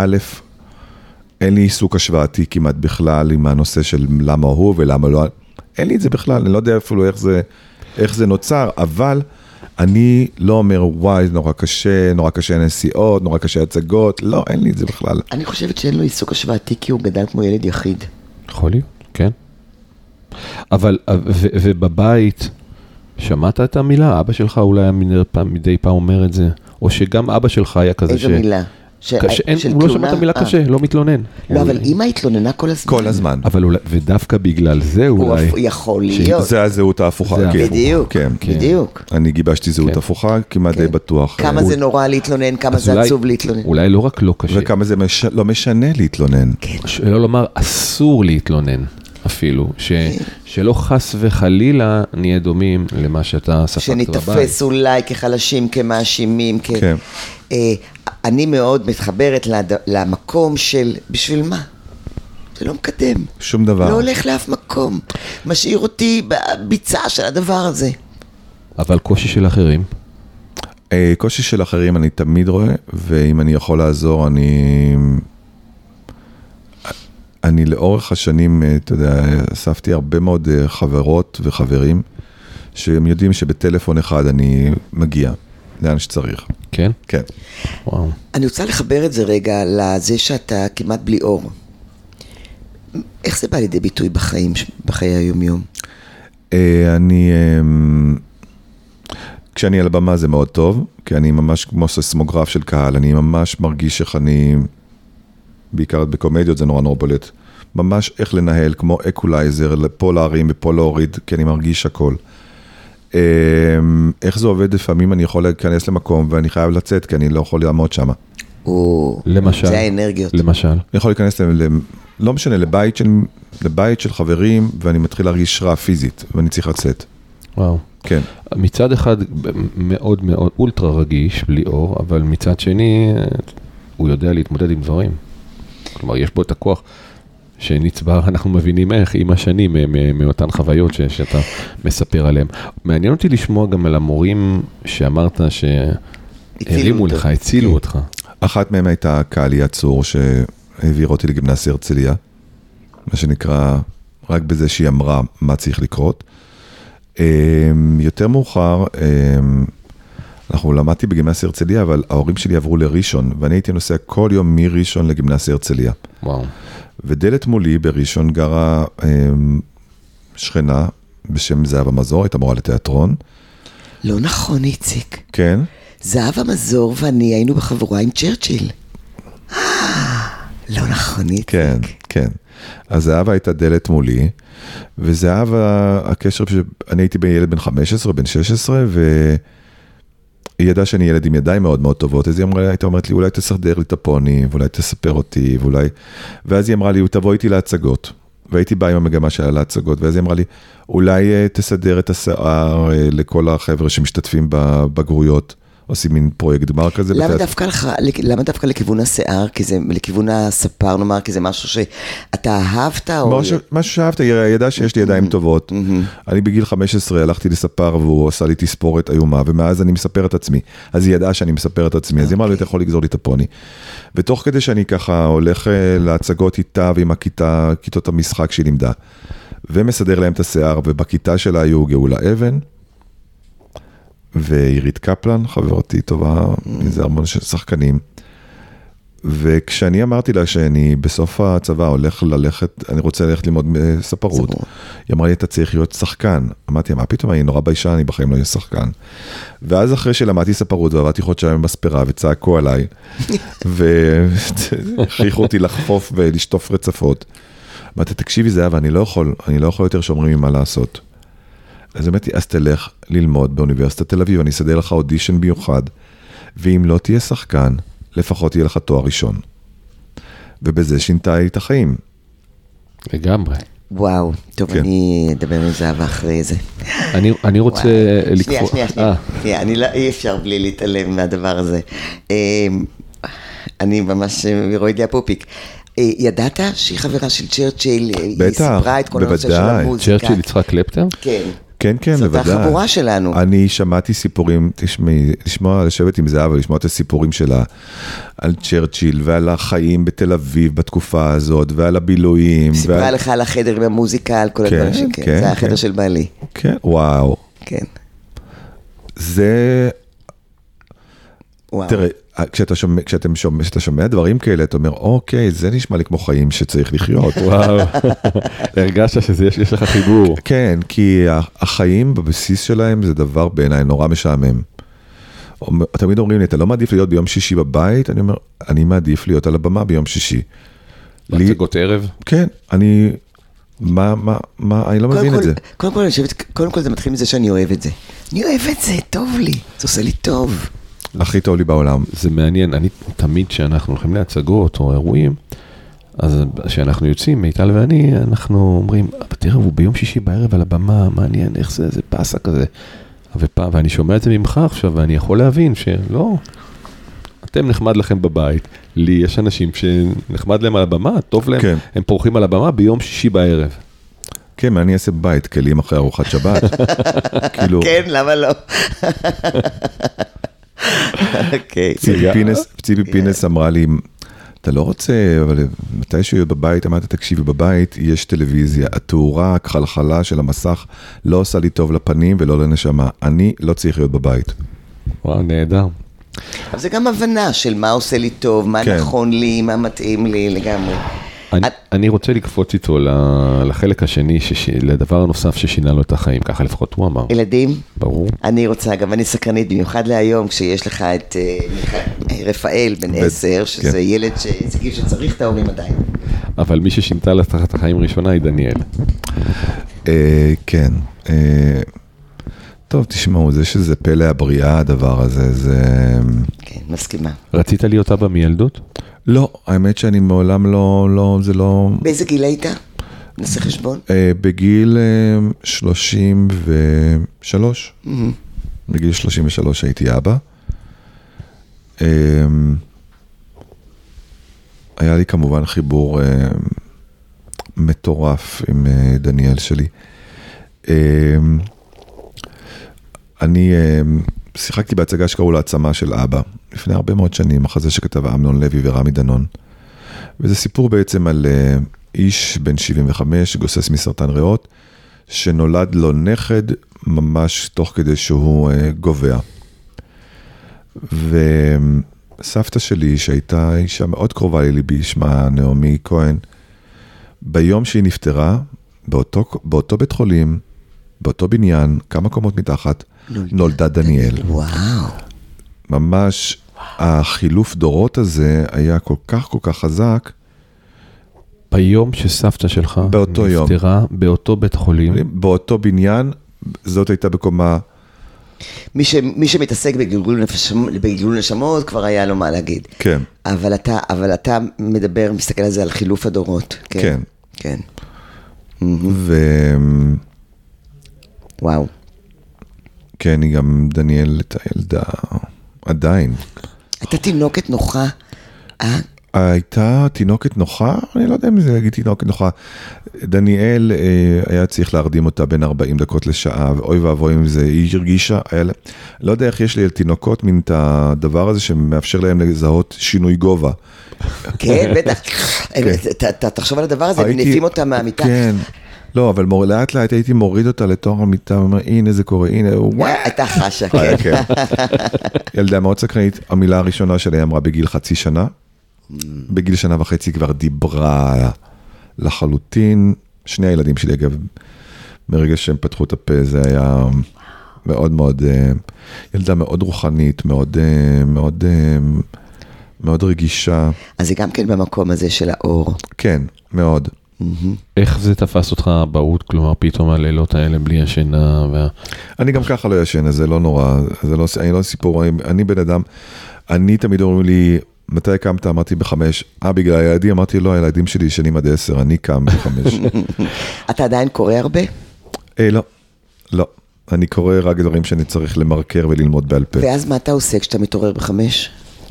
לי עיסוק השוואתי כמעט בכלל עם הנושא של למה הוא ולמה לא. אין לי את זה בכלל, אני לא יודע אפילו איך זה נוצר, אבל אני לא אומר, וואי, זה נורא קשה נסיעות, נורא קשה הצגות, לא, אין לי את זה בכלל. אני חושבת שאין לו עיסוק השוואתי, כי הוא גדל כמו ילד יחיד. יכול להיות, כן. אבל, ובבית, שמעת את המילה? אבא שלך אולי מדי פעם אומר את זה, או שגם אבא שלך היה כזה איזו מילה? הוא לא שמע את המילה קשה, לא מתלונן. לא, אבל אמא התלוננה כל הזמן. כל הזמן. ודווקא בגלל זה אולי. הוא יכול להיות. זה הזהות ההפוכה. בדיוק, בדיוק. אני גיבשתי זהות הפוכה, כמעט די בטוח. כמה זה נורא להתלונן, כמה זה עצוב להתלונן. אולי לא רק לא קשה. וכמה זה לא משנה להתלונן. לא לומר, אסור להתלונן. אפילו, שלא חס וחלילה נהיה דומים למה שאתה ספקת בבית. שנתפס אולי כחלשים, כמאשימים, אני מאוד מתחברת למקום של בשביל מה? זה לא מקדם. שום דבר. לא הולך לאף מקום. משאיר אותי בביצה של הדבר הזה. אבל קושי של אחרים? קושי של אחרים אני תמיד רואה, ואם אני יכול לעזור, אני לאורך השנים, אתה יודע, אספתי הרבה מאוד חברות וחברים, שהם יודעים שבטלפון אחד אני מגיע, לאן שצריך. כן? כן. וואו. אני רוצה לחבר את זה רגע לזה שאתה כמעט בלי אור. איך זה בא לידי ביטוי בחיי היום-יום? כשאני על הבמה זה מאוד טוב, כי אני ממש כמו ססמוגרף של קהל, אני ממש מרגיש איך אני, בעיקר בקומדיות זה נורא בולט, ממש איך לנהל, כמו אקולייזר, פה להרים ופה להוריד, כי אני מרגיש הכל. איך זה עובד לפעמים, אני יכול להיכנס למקום ואני חייב לצאת, כי אני לא יכול לעמוד שם. למשל. זה האנרגיות. למשל. אני יכול להיכנס, לא משנה, לבית של חברים, ואני מתחיל להרגיש רע פיזית, ואני צריך לצאת. וואו. כן. מצד אחד מאוד מאוד אולטרה רגיש, בלי אור, אבל מצד שני, הוא יודע להתמודד עם דברים. כלומר, יש בו את הכוח שנצבר, אנחנו מבינים איך, עם השנים, מאותן חוויות שאתה מספר עליהן. מעניין אותי לשמוע גם על המורים שאמרת שהרימו לך, הצילו אותך. אחת מהם הייתה קהלי הצור שהעביר אותי לגימנסיה הרצליה, מה שנקרא, רק בזה שהיא אמרה מה צריך לקרות. יותר מאוחר, אנחנו למדתי בגימנסיה הרצליה, אבל ההורים שלי עברו לראשון, ואני הייתי נוסע כל יום מראשון לגימנסיה הרצליה. וואו. ודלת מולי בראשון גרה שכנה בשם זהבה מזור, הייתה מורה לתיאטרון. לא נכון, איציק. כן. זהבה מזור ואני היינו בחבורה עם צ'רצ'יל. לא נכון, איציק. כן, כן. אז זהבה הייתה דלת מולי, וזהבה, הקשר, אני הייתי ילד בן 15, בן 16, היא ידעה שאני ילד עם ידיים מאוד מאוד טובות, אז היא הייתה אומרת לי, אולי תסדר לי את הפוני, ואולי תספר אותי, ואז היא אמרה לי, תבוא איתי להצגות, והייתי בא עם המגמה שלה להצגות, ואז היא אמרה לי, אולי תסדר את השיער לכל החבר'ה שמשתתפים בבגרויות, עושים מין פרויקט גמר כזה. למה דווקא לכיוון השיער, כי זה לכיוון הספר, נאמר, כי זה משהו שאתה אהבת? משהו שאהבת, היא ידעה שיש לי ידיים טובות. אני בגיל 15 הלכתי לספר, והוא עשה לי תספורת איומה, ומאז אני מספר את עצמי. אז היא ידעה שאני מספר את עצמי, אז היא אמרה לי, אתה יכול לגזור לי את הפוני. ותוך כדי שאני ככה הולך להצגות איתה, ועם כיתות המשחק שהיא לימדה, ומסדר להם את השיער, ובכיתה שלה היו גאולה אבן, ועירית קפלן, חברתי טובה, מזה המון שחקנים, וכשאני אמרתי לה שאני בסוף הצבא אני רוצה ללכת ללמוד ספרות, היא אמרה לי, אתה צריך להיות שחקן. אמרתי, מה פתאום, אני נורא ביישן, אני בחיים לא אהיה שחקן. ואז אחרי שלמדתי ספרות, ועבדתי חודשיים בספרה, וצעקו עליי, והכריחו אותי לחפוף ולשטוף רצפות. אמרתי, תקשיבי זהבה, אני לא יכול יותר שאומרים לי מה לעשות. אז אמרתי, אז תלך ללמוד באוניברסיטת תל אביב, אני אסדר לך אודישן מיוחד, ואם לא תהיה שחקן, לפחות יהיה לך תואר ראשון. ובזה שינתה לי את החיים. לגמרי. וואו, טוב, אני אדבר עם זהבה אחרי זה. אני רוצה לקפוא... שנייה, אי אפשר בלי להתעלם מהדבר הזה. אני ממש רואה לי הפופיק. ידעת שהיא חברה של צ'רצ'יל, היא סיפרה את כל הנושא של המוזיקה. צ'רצ'יל יצחק קלפטר? כן. כן, כן, בוודאי. זאת החבורה שלנו. אני שמעתי סיפורים, לשבת עם זהבה ולשמוע את הסיפורים שלה, על צ'רצ'יל ועל החיים בתל אביב בתקופה הזאת, ועל הבילויים. סיפרה לך על החדר עם המוזיקה, על כל הדברים שכן. זה היה החדר של בעלי. כן, וואו. כן. זה... תראה, כשאתה שומע דברים כאלה, אתה אומר, אוקיי, זה נשמע לי כמו חיים שצריך לחיות. וואו, הרגשת שיש לך חיבור. כן, כי החיים בבסיס שלהם זה דבר בעיניי נורא משעמם. תמיד אומרים לי, אתה לא מעדיף להיות ביום שישי בבית? אני אומר, אני מעדיף להיות על הבמה ביום שישי. להצגות ערב? כן, אני לא מבין את זה. קודם כל זה מתחיל מזה שאני אוהב את זה. אני אוהב את זה, טוב לי, זה עושה לי טוב. הכי טוב לי בעולם. זה מעניין, אני תמיד שאנחנו הולכים להצגות או אירועים, אז כשאנחנו יוצאים, מיטל ואני, אנחנו אומרים, תראה, הוא ביום שישי בערב על הבמה, מעניין, איך זה פסה כזה. ואני שומע את זה ממך עכשיו, ואני יכול להבין שלא, אתם נחמד לכם בבית, לי יש אנשים שנחמד להם על הבמה, טוב להם, כן. הם פורחים על הבמה ביום שישי בערב. כן, מה אני אעשה בבית, כלים אחרי ארוחת שבת? כן, למה לא? ציפי פינס אמרה לי, אתה לא רוצה, אבל מתי שהוא בבית, אמרת, תקשיבי, בבית יש טלוויזיה, התאורה, הכחלחלה של המסך, לא עושה לי טוב לפנים ולא לנשמה, אני לא צריך להיות בבית. וואו, נהדר. אבל זה גם הבנה של מה עושה לי טוב, מה נכון לי, מה מתאים לי לגמרי. אני רוצה לקפוץ איתו לחלק השני, לדבר הנוסף ששינה לו את החיים, ככה לפחות הוא אמר. ילדים? ברור. אני רוצה, גם אני סקרנית, במיוחד להיום, כשיש לך את רפאל בן 10, שזה ילד שצריך את ההורים עדיין. אבל מי ששינתה לו את החיים ראשונה היא דניאל. כן. טוב, תשמעו, זה שזה פלא הבריאה, הדבר הזה, זה... כן, מסכימה. רצית להיות אבא מילדות? לא, האמת שאני מעולם לא, זה לא... באיזה גיל היית? נעשה חשבון? בגיל 33. בגיל 33 הייתי אבא. היה לי כמובן חיבור מטורף עם דניאל שלי. אני שיחקתי בהצגה שקראו להעצמה של אבא, לפני הרבה מאוד שנים, אחרי שכתב אמנון לוי ורמי דנון. וזה סיפור בעצם על איש בן 75, גוסס מסרטן ריאות, שנולד לו נכד ממש תוך כדי שהוא גובע. וסבתא שלי, שהייתה אישה מאוד קרובה לליבי, שמה נעמי כהן, ביום שהיא נפטרה, באותו בית חולים, באותו בניין, כמה קומות מתחת, נולדה דניאל. וואו. ממש החילוף דורות הזה היה כל כך חזק, ביום שסבתא שלך נפטרה, באותו בית חולים. באותו בניין, זאת הייתה בקומה. מי שמתעסק בגלגול נשמות, כבר היה לו מה להגיד. כן. אבל אתה מדבר, מסתכל על זה, על חילוף הדורות. כן. כן. וואו. כן, היא גם דניאל את הילדה עדיין. הייתה תינוקת נוחה, הייתה תינוקת נוחה? אני לא יודע אם זה להגיד תינוקת נוחה. דניאל היה צריך להרדים אותה בין 40 דקות לשעה, ואוי ואבוי אם זה, היא הרגישה, לא יודע איך יש לי על תינוקות מן את הדבר הזה שמאפשר להם לזהות שינוי גובה. כן, בטח. תחשוב על הדבר הזה, מניפים אותה מהמיטה. כן. לא, אבל לאט לאט הייתי מוריד אותה לתוך המיטה, ואומר, הנה זה קורה, הנה, וואו. הייתה חשה, כן. ילדה מאוד סקרנית, המילה הראשונה שלה אמרה בגיל 0.5 שנה, בגיל 1.5 שנה כבר דיברה לחלוטין, שני הילדים שלי אגב, מרגע שהם פתחו את הפה, זה היה מאוד מאוד, ילדה מאוד רוחנית, מאוד רגישה. אז זה גם כן במקום הזה של האור. כן, מאוד. איך זה תפס אותך באות, כלומר פתאום הלילות האלה בלי השינה? אני גם ככה לא ישן, זה לא נורא, אני לא סיפור, אני בן אדם, אני תמיד אומרים לי, מתי קמת? אמרתי 5, בגלל הילדים, אמרתי לא, הילדים שלי ישנים עד 10, אני קם 5. אתה עדיין קורא הרבה? לא, אני קורא רק דברים שאני צריך למרקר וללמוד בעל פה. ואז מה אתה עושה כשאתה מתעורר 5?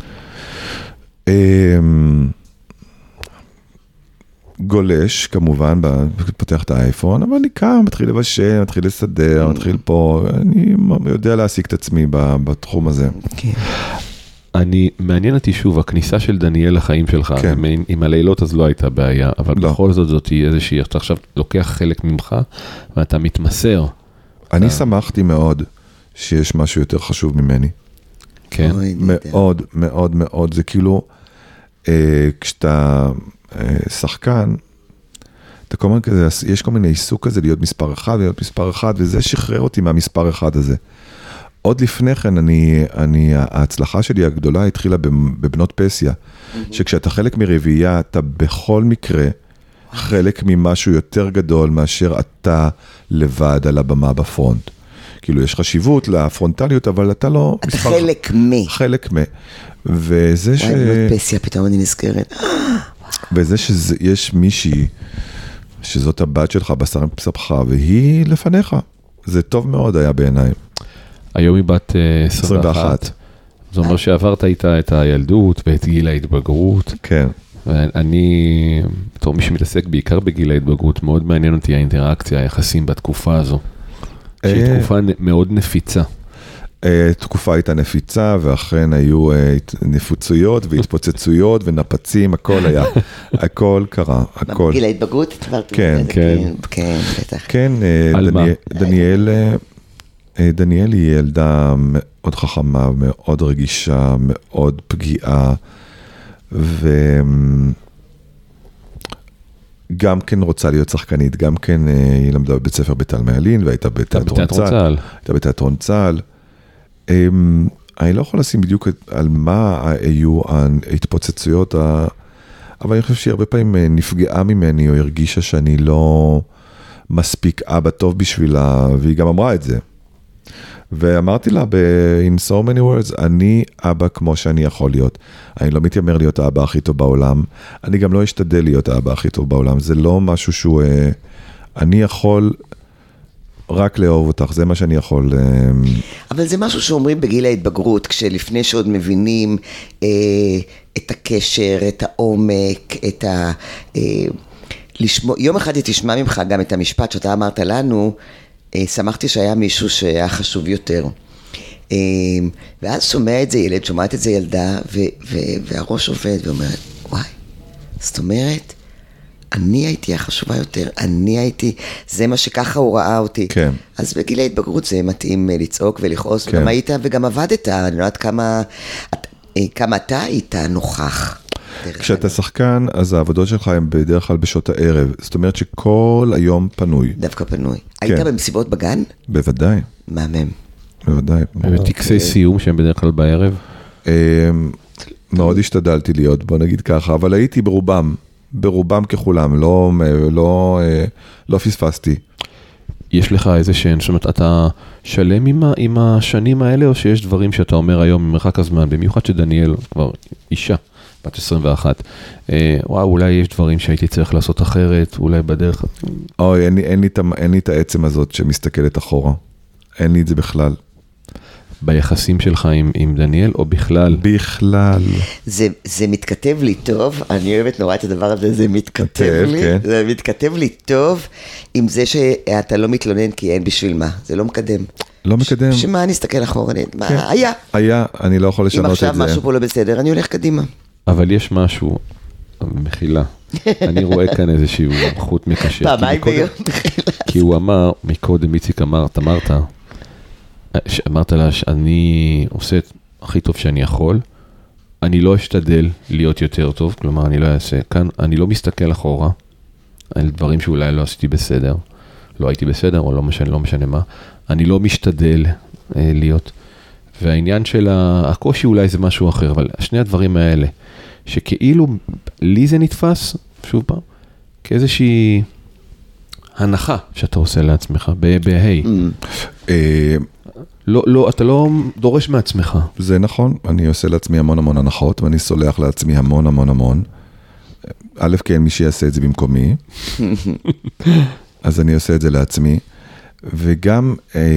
גולש, כמובן, פותח את האייפון, אבל אני קם, מתחיל לבשל, מתחיל לסדר, מתחיל פה, אני יודע להעסיק את עצמי בתחום הזה. מעניין אותי שוב, הכניסה של דניאל לחיים שלך, עם הלילות אז לא הייתה בעיה, אבל בכל זאת זאת היא איזושהי, אתה עכשיו לוקח חלק ממך, ואתה מתמסר. אני שמחתי מאוד שיש משהו יותר חשוב ממני. כן. מאוד, מאוד, מאוד, זה כאילו, כשאתה שחקן, אתה כל מיני כזה, יש כל מיני עיסוק כזה להיות מספר 1 ולהיות מספר 1, וזה שחרר אותי מהמספר 1 הזה. עוד לפני כן, ההצלחה שלי הגדולה התחילה בבנות פסיה, שכשאתה חלק מרביעייה, אתה בכל מקרה חלק ממשהו יותר גדול מאשר אתה לבד על הבמה בפרונט. כאילו, יש חשיבות לפרונטליות, אבל אתה לא... אתה חלק מ... חלק מ... וזה ש... וואי, בנות פסיה, פתאום אני נזכרת. וזה שיש מישהי, שזאת הבת שלך, בשר מבשרך, והיא לפניך. זה טוב מאוד היה בעיניי. היום היא בת 21. זאת אומרת שעברת איתה את הילדות ואת גיל ההתבגרות. כן. ואני, בתור מי שמתעסק בעיקר בגיל ההתבגרות, מאוד מעניין אותי האינטראקציה, היחסים בתקופה הזו. שהיא תקופה מאוד נפיצה. תקופה הייתה נפיצה, ואכן היו נפוצויות והתפוצצויות ונפצים, הכל היה, הכל קרה, הכל. גיל ההתבגרות? כן, כן, כן, בטח. כן, דניאל היא ילדה מאוד חכמה, מאוד רגישה, מאוד פגיעה, וגם כן רוצה להיות שחקנית, גם כן היא למדה בבית ספר בתלמי ילין, והייתה בתיאטרון צה"ל. אני לא יכול לשים בדיוק על מה היו ההתפוצצויות, אבל אני חושב שהיא הרבה פעמים נפגעה ממני, או הרגישה שאני לא מספיק אבא טוב בשבילה, והיא גם אמרה את זה. ואמרתי לה, in so many words, אני אבא כמו שאני יכול להיות. אני לא מתיימר להיות האבא הכי טוב בעולם, אני גם לא אשתדל להיות האבא הכי טוב בעולם, זה לא משהו שהוא, אני יכול רק לאהוב אותך, זה מה שאני יכול. אבל זה משהו שאומרים בגיל ההתבגרות, כשלפני שעוד מבינים את הקשר, את העומק, את ה... יום אחד תשמע ממך גם את המשפט שאתה אמרת לנו, שמחתי שהיה מישהו שהיה חשוב יותר. ואז שומע את זה ילד, שומעת את זה ילדה, והראש עובד ואומרת, וואי, זאת אומרת, אני הייתי החשובה יותר, אני הייתי, זה מה שככה הוא ראה אותי. כן. אז בגיל ההתבגרות זה מתאים לצעוק ולכעוס, כן. גם היית וגם עבדת, אני לא יודעת כמה אתה היית נוכח. כשאתה שחקן, אז העבודות שלך הן בדרך כלל בשעות הערב, זאת אומרת שכל היום פנוי. דווקא פנוי. היית במסיבות בגן? בוודאי. מהמם. בוודאי. וטקסי סיום שהם בדרך כלל בערב? מאוד השתדלתי להיות, בוא נגיד ככה, אבל הייתי ברובם. ברובם ככולם, לא פספסתי. יש לך איזה שהן, זאת אומרת, אתה שלם עם השנים האלה, או שיש דברים שאתה אומר היום ממרחק הזמן, במיוחד שדניאל כבר אישה, בת 21, וואו, אולי יש דברים שהייתי צריך לעשות אחרת, אולי בדרך. אוי, אין לי את העצם הזאת שמסתכלת אחורה. אין לי את זה בכלל. ביחסים שלך עם דניאל, או בכלל? בכלל. זה מתכתב לי טוב, אני אוהבת נורא את הדבר הזה, זה מתכתב לי, כן. זה מתכתב לי טוב, עם זה שאתה לא מתלונן כי אין בשביל מה, זה לא מקדם. לא מקדם. שמה אני אסתכל אחורה, מה כן. היה? היה, אני לא יכול לשנות את זה. אם עכשיו משהו פה לא בסדר, אני הולך קדימה. אבל יש משהו, מחילה, אני רואה כאן איזשהו חוט מקשר. פעמיים ביום, מחילה. כי הוא אמר, מקודם איציק אמרת לה שאני עושה את הכי טוב שאני יכול, אני לא אשתדל להיות יותר טוב, כלומר אני לא אעשה כאן, אני לא מסתכל אחורה, על דברים שאולי לא עשיתי בסדר, לא הייתי בסדר או לא משנה מה, אני לא משתדל להיות, והעניין של הקושי אולי זה משהו אחר, אבל שני הדברים האלה, שכאילו לי זה נתפס, שוב פעם, כאיזושהי הנחה שאתה עושה לעצמך, בהי. לא, אתה לא דורש מעצמך. זה נכון, אני עושה לעצמי המון הנחות, ואני סולח לעצמי המון. א', כן, מי שיעשה את זה במקומי, אז אני עושה את זה לעצמי, וגם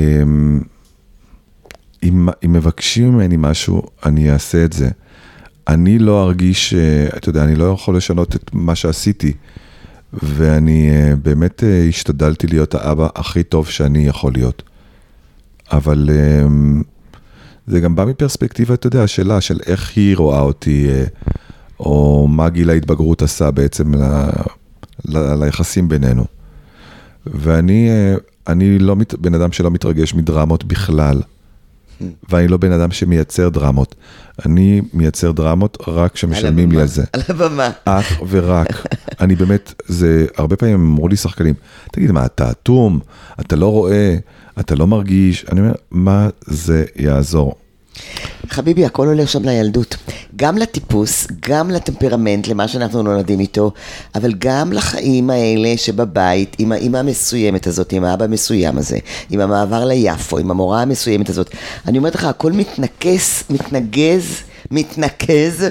אם מבקשים ממני משהו, אני אעשה את זה. אני לא ארגיש, אתה יודע, אני לא יכול לשנות את מה שעשיתי, ואני באמת השתדלתי להיות האבא הכי טוב שאני יכול להיות. אבל זה גם בא מפרספקטיבה, אתה יודע, השאלה של איך היא רואה אותי, או מה גיל ההתבגרות עשה בעצם ליחסים בינינו. ואני לא בן אדם שלא מתרגש מדרמות בכלל, ואני לא בן אדם שמייצר דרמות. אני מייצר דרמות רק שמשלמים לי על זה. על הבמה. אך ורק. אני באמת, זה הרבה פעמים אמרו לי שחקנים, תגיד מה, אתה אטום, אתה לא רואה, אתה לא מרגיש, אני אומר, מה זה יעזור? חביבי, הכל הולך שם לילדות. גם לטיפוס, גם לטמפרמנט, למה שאנחנו נולדים איתו, אבל גם לחיים האלה שבבית, עם האמא המסוימת הזאת, עם האבא המסוים הזה, עם המעבר ליפו, עם המורה המסוימת הזאת. אני אומרת לך, הכל מתנקז,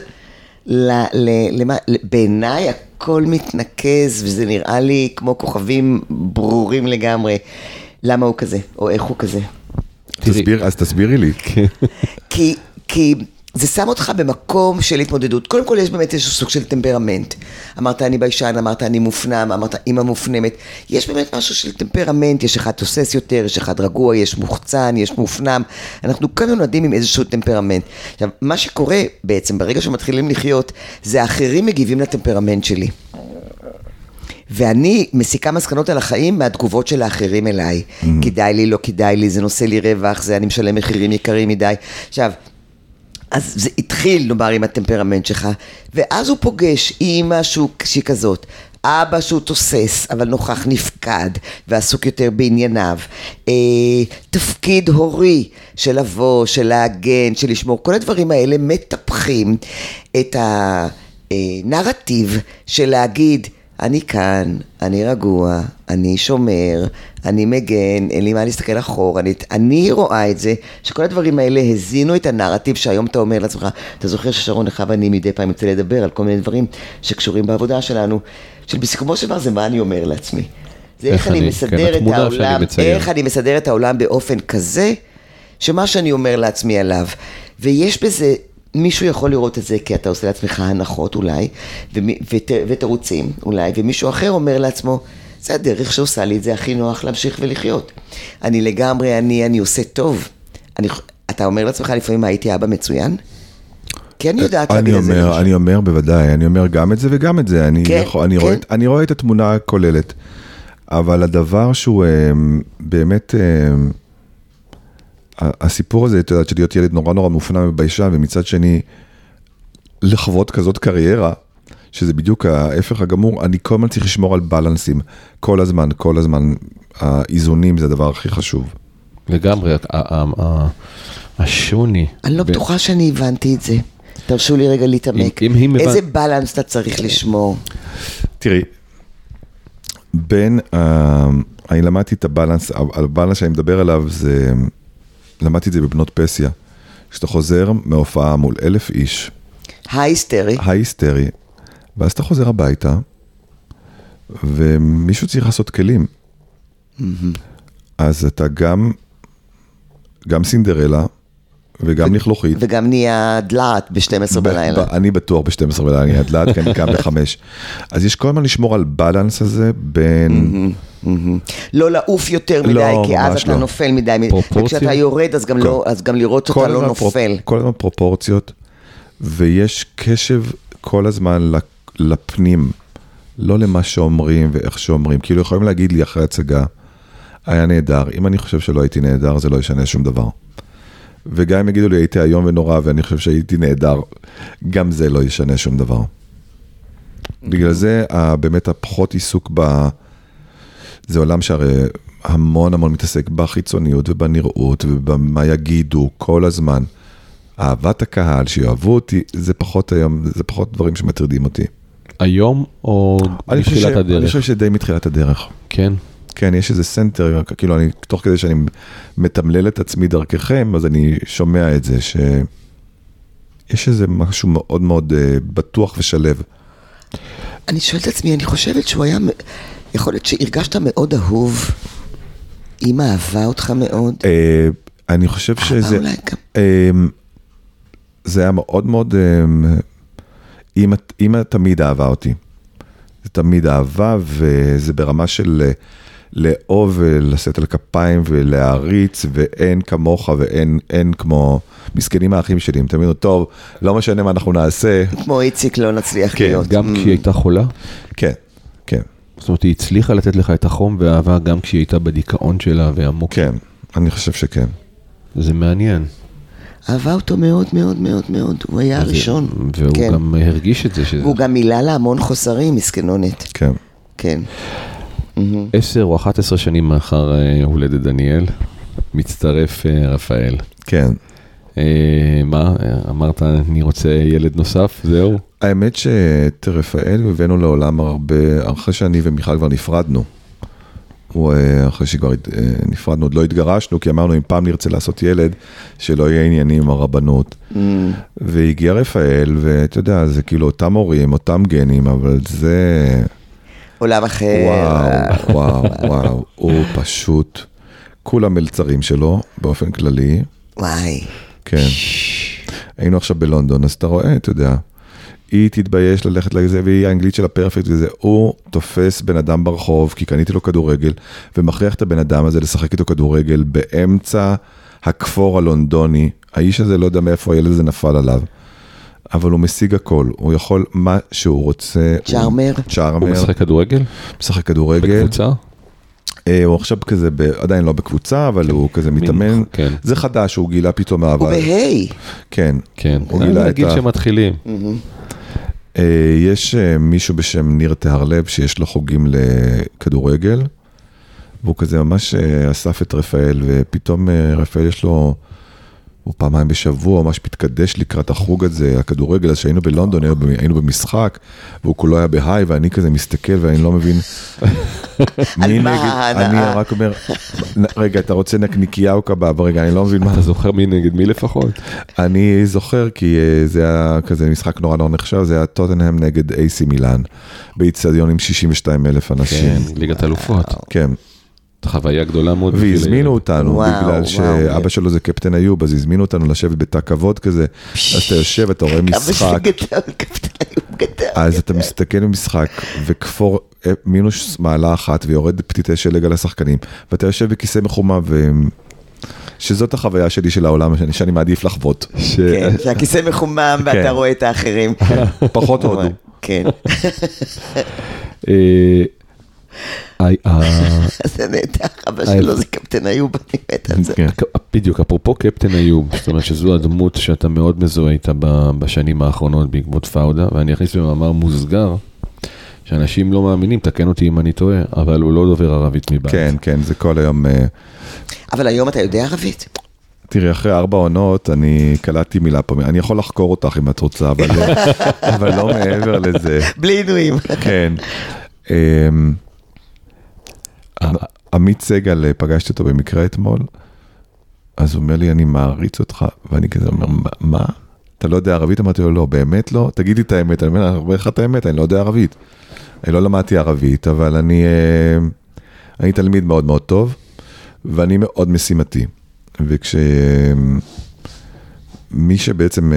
בעיניי הכל מתנקז, וזה נראה לי כמו כוכבים ברורים לגמרי. למה הוא כזה, או איך הוא כזה. אז תסבירי לי. כי זה שם אותך במקום של התמודדות. קודם כל יש באמת איזשהו סוג של טמפרמנט. אמרת אני ביישן, אמרת אני מופנם, אמרת אמא מופנמת. יש באמת משהו של טמפרמנט, יש אחד תוסס יותר, יש אחד רגוע, יש מוחצן, יש מופנם. אנחנו כאן נולדים עם איזשהו טמפרמנט. עכשיו, מה שקורה בעצם ברגע שמתחילים לחיות, זה האחרים מגיבים לטמפרמנט שלי. ואני מסיקה מסקנות על החיים מהתגובות של האחרים אליי. כדאי לי, לא כדאי לי, זה נושא לי רווח, זה אני משלם מחירים יקרים מדי. עכשיו, אז זה התחיל, נאמר, עם הטמפרמנט שלך, ואז הוא פוגש אמא שהיא כזאת, אבא שהוא תוסס, אבל נוכח נפקד, ועסוק יותר בענייניו, תפקיד הורי של לבוא, של להגן, של לשמור, כל הדברים האלה מטפחים את הנרטיב של להגיד, אני כאן, אני רגוע, אני שומר, אני מגן, אין לי מה להסתכל אחור, אני רואה את זה, שכל הדברים האלה הזינו את הנרטיב שהיום אתה אומר לעצמך, אתה זוכר ששרון לך ואני מדי פעם יוצא לדבר על כל מיני דברים שקשורים בעבודה שלנו, של בסיכומו של דבר זה מה אני אומר לעצמי. זה איך אני מסדר את העולם, איך אני מסדר את העולם באופן כזה, שמה שאני אומר לעצמי עליו, ויש בזה, מישהו יכול לראות את זה כי אתה עושה לעצמך הנחות אולי, ותירוצים אולי, ומישהו אחר אומר לעצמו, זה הדרך שעושה לי את זה הכי נוח להמשיך ולחיות. אני לגמרי, אני עושה טוב. אתה אומר לעצמך לפעמים, הייתי אבא מצוין? כי אני יודעת להגיד את זה. אני אומר בוודאי, אני אומר גם את זה וגם את זה. אני רואה את התמונה הכוללת. אבל הדבר שהוא באמת, הסיפור הזה, אתה יודעת, של להיות ילד נורא מופנם וביישן, ומצד שני, לחוות כזאת קריירה, שזה בדיוק ההפך הגמור, אני כל הזמן צריך לשמור על בלנסים, כל הזמן, האיזונים זה הדבר הכי חשוב. לגמרי, השוני. אני לא בטוחה שאני הבנתי את זה. תרשו לי רגע להתעמק. איזה בלנס אתה צריך לשמור? תראי, אני למדתי את הבלנס שאני מדבר עליו, למדתי את זה בבנות פסיה. כשאתה חוזר מהופעה מול 1,000 איש. ההיסטרי. ואז אתה חוזר הביתה, ומישהו צריך לעשות כלים. אז אתה גם סינדרלה, וגם לכלוכית. וגם נהיה דלעת ב-12 בלילה. אני בטוח ב-12 בלילה, נהיה דלעת, כי אני קם ב-5. אז יש כל הזמן לשמור על בלנס הזה בין... לא לעוף יותר מדי, כי אז אתה נופל מדי. וכשאתה יורד, אז גם לראות שאתה לא נופל. כל הזמן פרופורציות, ויש קשב כל הזמן לפנים, לא למה שאומרים ואיך שאומרים. כאילו יכולים להגיד לי אחרי הצגה, היה נהדר. אם אני חושב שלא הייתי נהדר, זה לא ישנה שום דבר. וגם אם יגידו לי, הייתי היום ונורא, ואני חושב שהייתי נהדר, גם זה לא ישנה שום דבר. בגלל זה, באמת הפחות עיסוק זה עולם שהרי המון מתעסק בחיצוניות ובנראות, ובמה יגידו כל הזמן. אהבת הקהל, שיאהבו אותי, זה פחות היום, זה פחות דברים שמטרידים אותי. היום או מתחילת הדרך? אני חושב שדי מתחילת הדרך. כן. כן, יש איזה סנטר, כאילו אני, תוך כדי שאני מתמלל את עצמי דרככם, אז אני שומע את זה, שיש איזה משהו מאוד מאוד בטוח ושלב. אני שואלת עצמי, אני חושבת שהוא היה, יכול להיות שהרגשת מאוד אהוב, אמא אהבה אותך מאוד. אני חושב שזה, זה היה מאוד מאוד, אמא תמיד אהבה אותי. זה תמיד אהבה, וזה ברמה של לאהוב ולשאת על כפיים ולהריץ, ואין כמוך ואין כמו מסכנים האחים שלי. הם תמיד טוב, לא משנה מה אנחנו נעשה. כמו איציק לא נצליח להיות. גם כשהיא הייתה חולה? כן, כן. זאת אומרת, היא הצליחה לתת לך את החום והאהבה גם כשהיא הייתה בדיכאון שלה ועמוק. כן, אני חושב שכן. זה מעניין. אהבה אותו מאוד מאוד מאוד מאוד, הוא היה הראשון. והוא גם הרגיש את זה. הוא גם מילא לה המון חוסרים, מסכנונת. כן. כן. 10 או 11 שנים מאחר הולדת דניאל, מצטרף רפאל. כן. מה? אמרת, אני רוצה ילד נוסף, זהו? האמת שאת רפאל הבאנו לעולם הרבה, אחרי שאני ומיכל כבר נפרדנו. אחרי שכבר נפרדנו, עוד לא התגרשנו, כי אמרנו, אם פעם נרצה לעשות ילד, שלא יהיה עניינים עם הרבנות. והגיע רפאל, ואתה יודע, זה כאילו אותם הורים, אותם גנים, אבל זה... עולם אחר. וואו, הוא פשוט, כולם מלצרים שלו, באופן כללי. וואי. כן. היינו עכשיו בלונדון, אז אתה רואה, אתה יודע, היא תתבייש ללכת לזה, והיא האנגלית של הפרפקט וזה, הוא תופס בן אדם ברחוב, כי קניתי לו כדורגל, ומכריח את הבן אדם הזה לשחק איתו כדורגל, באמצע הכפור הלונדוני, האיש הזה לא יודע מאיפה הילד הזה נפל עליו, אבל הוא משיג הכל, הוא יכול מה שהוא רוצה. צ'ארמר. הוא משחק כדורגל? משחק כדורגל. בקבוצה? הוא עכשיו כזה, עדיין לא בקבוצה, אבל הוא כזה מתאמן. זה חדש, הוא גילה פתאום אהבה. הוא בהי. כן. כן. הוא גילה את ה... שמתחילים. יש מישהו בשם ניר תהרלב, שיש לו חוגים לכדורגל, והוא כזה ממש אסף את רפאל, ופתאום רפאל יש לו... הוא פעמיים בשבוע, ממש מתקדש לקראת החוג הזה, הכדורגל, אז שהיינו בלונדון, היינו במשחק, והוא כולו היה בהיי, ואני כזה מסתכל, ואני לא מבין מי נגד, אני רק אומר, רגע, אתה רוצה נקניקייה או קבב? רגע, אני לא מבין מה. אתה זוכר מי נגד מי לפחות? אני זוכר, כי זה היה כזה משחק נורא נורא נחשב, זה היה טוטנהאם נגד AC מילאן, באיצטדיון עם 62,000 אנשים. כן, ליגת אלופות. כן. חוויה גדולה מאוד. והזמינו אותנו, בגלל שאבא שלו זה קפטן איוב, אז הזמינו אותנו לשבת בתא כבוד כזה, אז אתה יושב, אתה רואה משחק, אז אתה מסתכל במשחק, וכפור מינוס מעלה אחת, ויורד פתיתי שלג על השחקנים, ואתה יושב בכיסא מחומה, שזאת החוויה שלי של העולם, שאני מעדיף לחוות. כן, שהכיסא מחומם, ואתה רואה את האחרים. פחות הודו. כן. זה נהדר, אבא שלו זה קפטן איוב, אני מת על זה. בדיוק, אפרופו קפטן איוב, זאת אומרת שזו הדמות שאתה מאוד מזוהה איתה בשנים האחרונות בעקבות פאודה, ואני אכניס במאמר מוסגר, שאנשים לא מאמינים, תקן אותי אם אני טועה, אבל הוא לא דובר ערבית מבית. כן, כן, זה כל היום... אבל היום אתה יודע ערבית? תראי, אחרי 4 עונות, אני קלטתי מילה פה, אני יכול לחקור אותך אם את רוצה, אבל לא מעבר לזה. בלי עינויים. כן. עמית סגל, פגשתי אותו במקרה אתמול, אז הוא אומר לי, אני מעריץ אותך, ואני כזה אומר, מה? אתה לא יודע ערבית? אמרתי לו, לא, באמת לא? תגיד לי את האמת, אני אומר לך את האמת, אני לא יודע ערבית. אני לא למדתי ערבית, אבל אני תלמיד מאוד מאוד טוב, ואני מאוד משימתי. מי שבעצם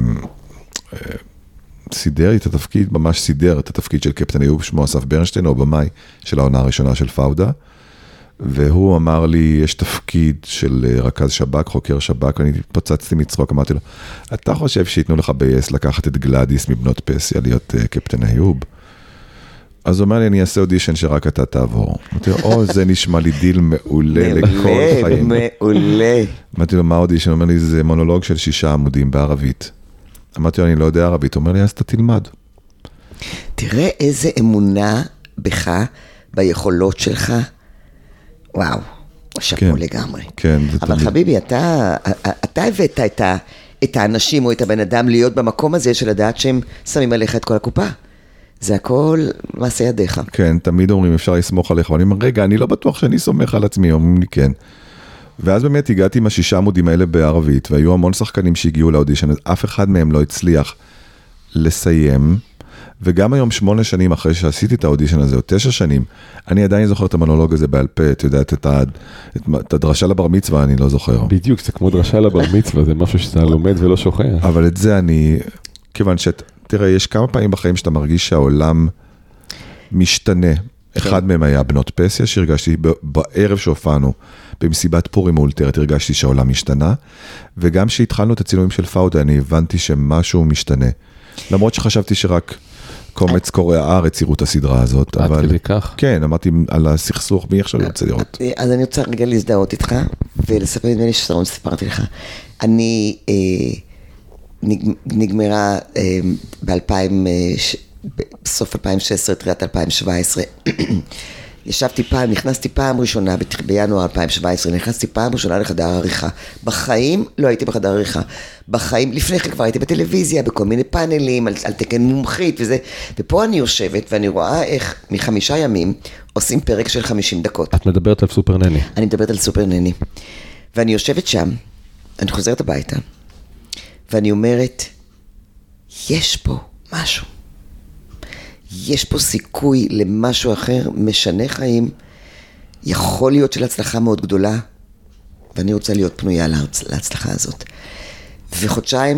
סידר את התפקיד, ממש סידר את התפקיד של קפטן איוב, שמו אסף ברנשטיין, או במאי של העונה הראשונה של פאודה, והוא אמר לי, יש תפקיד של רכז שב"כ, חוקר שב"כ, אני פצצתי מצחוק, אמרתי לו, אתה חושב שיתנו לך בייס לקחת את גלדיס מבנות פסיה, להיות קפטן איוב? אז הוא אומר לי, אני אעשה אודישן שרק אתה תעבור. אמרתי לו, זה נשמע לי דיל מעולה לכל חיים. מעולה. אמרתי לו, מה האודישן? הוא אומר לי, זה מונולוג של 6 עמודים בערבית. אמרתי לו, אני לא יודע ערבית. הוא אומר לי, אז אתה תלמד. תראה איזה אמונה בך, ביכולות שלך. וואו, שפו לגמרי. כן, זה אבל חביבי, אתה הבאת את האנשים או את הבן אדם להיות במקום הזה של לדעת שהם שמים עליך את כל הקופה. זה הכל מעשה ידיך. כן, תמיד אומרים, אפשר לסמוך עליך, ואני אומר, רגע, אני לא בטוח שאני סומך על עצמי, אומרים לי כן. ואז באמת הגעתי עם 6 עמודים האלה בערבית, והיו המון שחקנים שהגיעו לאודישן, אז אף אחד מהם לא הצליח לסיים, וגם היום 8 שנים אחרי שעשיתי את האודישן הזה, או 9 שנים, אני עדיין זוכר את המונולוג הזה בעל פה, אתה יודעת, את הדרשה לבר מצווה אני לא זוכר. בדיוק, זה כמו דרשה לבר מצווה, זה משהו שאתה לומד ולא שוכח. אבל את זה אני, כיוון תראה, יש כמה פעמים בחיים שאתה מרגיש שהעולם משתנה. אחד מהם היה בנות פסיה, שהרגשתי בערב שהופענו, במסיבת פורים מאולתרת, הרגשתי שהעולם משתנה, וגם שהתחלנו את הצילומים של פאודה, אני הבנתי שמשהו משתנה. למרות שחשבתי שרק קומץ קוראי הארץ יראו את הסדרה הזאת. עד כדי כך? כן, אמרתי על הסכסוך, מי עכשיו ירצה לראות? אז אני רוצה רגע להזדהות איתך, ולספר נדמה לי שסרון שסיפרתי לך. אני נגמרה בסוף 2016, תחילת 2017, נכנסתי פעם ראשונה, בינואר 2017, נכנסתי פעם ראשונה לחדר עריכה. בחיים לא הייתי בחדר עריכה. בחיים, לפני כן כבר הייתי בטלוויזיה, בכל מיני פאנלים, על תקן מומחית וזה. ופה אני יושבת ואני רואה איך מ5 ימים עושים פרק של 50 דקות. את מדברת על סופר נני. אני מדברת על סופר נני. ואני יושבת שם, אני חוזרת הביתה, ואני אומרת, יש פה משהו. יש פה סיכוי למשהו אחר, משנה חיים, יכול להיות של הצלחה מאוד גדולה, ואני רוצה להיות פנויה להצלחה הזאת. וחודשיים,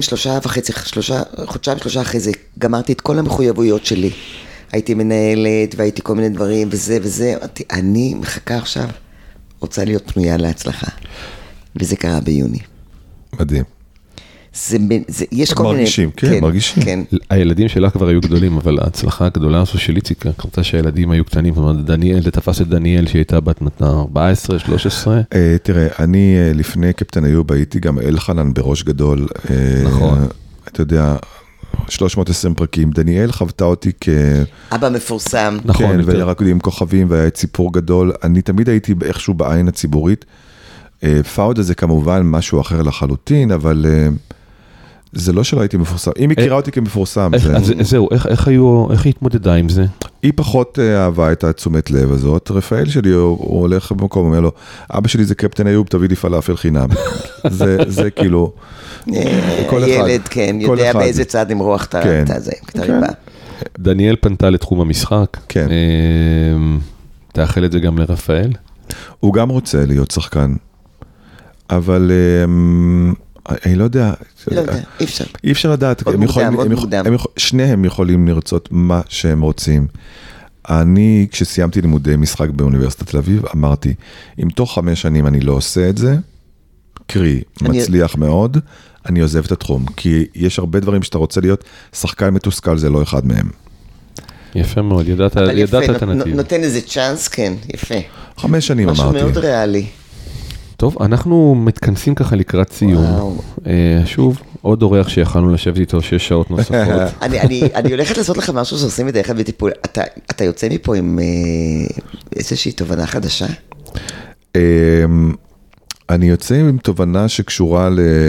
3 אחרי זה, גמרתי את כל המחויבויות שלי. הייתי מנהלת, והייתי כל מיני דברים, וזה. אני מחכה עכשיו, רוצה להיות פנויה להצלחה. וזה קרה ביוני. מדהים. יש כל מיני... מרגישים, כן, מרגישים. הילדים שלה כבר היו גדולים, אבל ההצלחה הגדולה הזו של איציק, קרתה שהילדים היו קטנים, זאת אומרת, דניאל, תפס את דניאל שהייתה בת 14, 13. תראה, אני לפני קפטן איוב הייתי גם אלחנן בראש גדול. נכון. אתה יודע, 320 פרקים, דניאל חוותה אותי אבא מפורסם. נכון. כן, ורקודים עם כוכבים, והיה ציפור גדול. אני תמיד הייתי איכשהו בעין הציבורית. פאודה זה כמובן משהו אחר לחלוטין, אבל... זה לא שלא הייתי מפורסם, היא מכירה אותי כמפורסם. זהו, איך היא התמודדה עם זה? היא פחות אהבה את התשומת לב הזאת, רפאל שלי הוא הולך במקום, אומר לו, אבא שלי זה קפטן איוב, תביא לי פלאפל חינם. זה כאילו, כל אחד. ילד, כן, יודע באיזה צד למרוח את הריבה. דניאל פנתה לתחום המשחק. כן. תאחל את זה גם לרפאל? הוא גם רוצה להיות שחקן, אבל... אני לא יודע, אי אפשר לדעת, שניהם יכולים לרצות מה שהם רוצים. אני, כשסיימתי לימודי משחק באוניברסיטת תל אביב, אמרתי, אם תוך 5 שנים אני לא עושה את זה, קרי, מצליח מאוד, אני עוזב את התחום, כי יש הרבה דברים שאתה רוצה להיות, שחקן מתוסכל זה לא אחד מהם. יפה מאוד, ידעת אלטרנטיבה. נותן איזה צ'אנס, כן, יפה. 5 שנים אמרתי. משהו מאוד ריאלי. טוב, אנחנו מתכנסים ככה לקראת סיום. שוב, עוד אורח שיכלנו לשבת איתו 6 שעות נוספות. אני הולכת לעשות לך משהו שעושים בדרך כלל בטיפול. אתה יוצא מפה עם איזושהי תובנה חדשה? אני יוצא עם תובנה שקשורה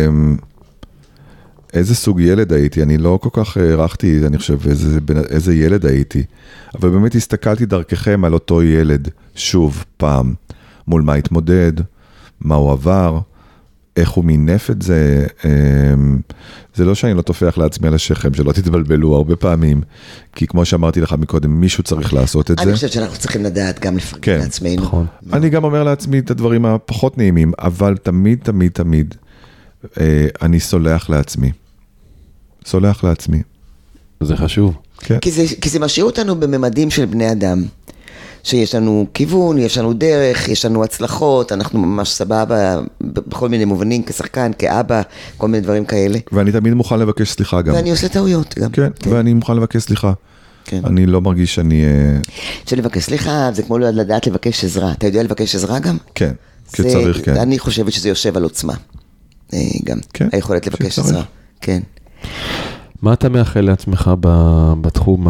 לאיזה סוג ילד הייתי, אני לא כל כך הערכתי, אני חושב, איזה ילד הייתי, אבל באמת הסתכלתי דרככם על אותו ילד, שוב, פעם, מול מה התמודד, מה הוא עבר, איך הוא מינף את זה, זה לא שאני לא תופח לעצמי על השכם, שלא תתבלבלו הרבה פעמים, כי כמו שאמרתי לך מקודם, מישהו צריך לעשות את זה. אני חושבת שאנחנו צריכים לדעת גם לפרגן לעצמנו. נכון. אני גם אומר לעצמי את הדברים הפחות נעימים, אבל תמיד, תמיד, תמיד, אני סולח לעצמי. סולח לעצמי. זה חשוב. כן. כי זה משאיר אותנו בממדים של בני אדם. שיש לנו כיוון, יש לנו דרך, יש לנו הצלחות, אנחנו ממש סבבה בכל מיני מובנים, כשחקן, כאבא, כל מיני דברים כאלה. ואני תמיד מוכן לבקש סליחה גם. ואני עושה טעויות גם. כן, ואני מוכן לבקש סליחה. כן. אני לא מרגיש שאני... שלבקש סליחה, זה כמו לדעת לבקש עזרה. אתה יודע לבקש עזרה גם? כן, כשצריך, כן. אני חושבת שזה יושב על עוצמה. גם, כן, היכולת לבקש עזרה. כן. מה אתה מאחל לעצמך בתחום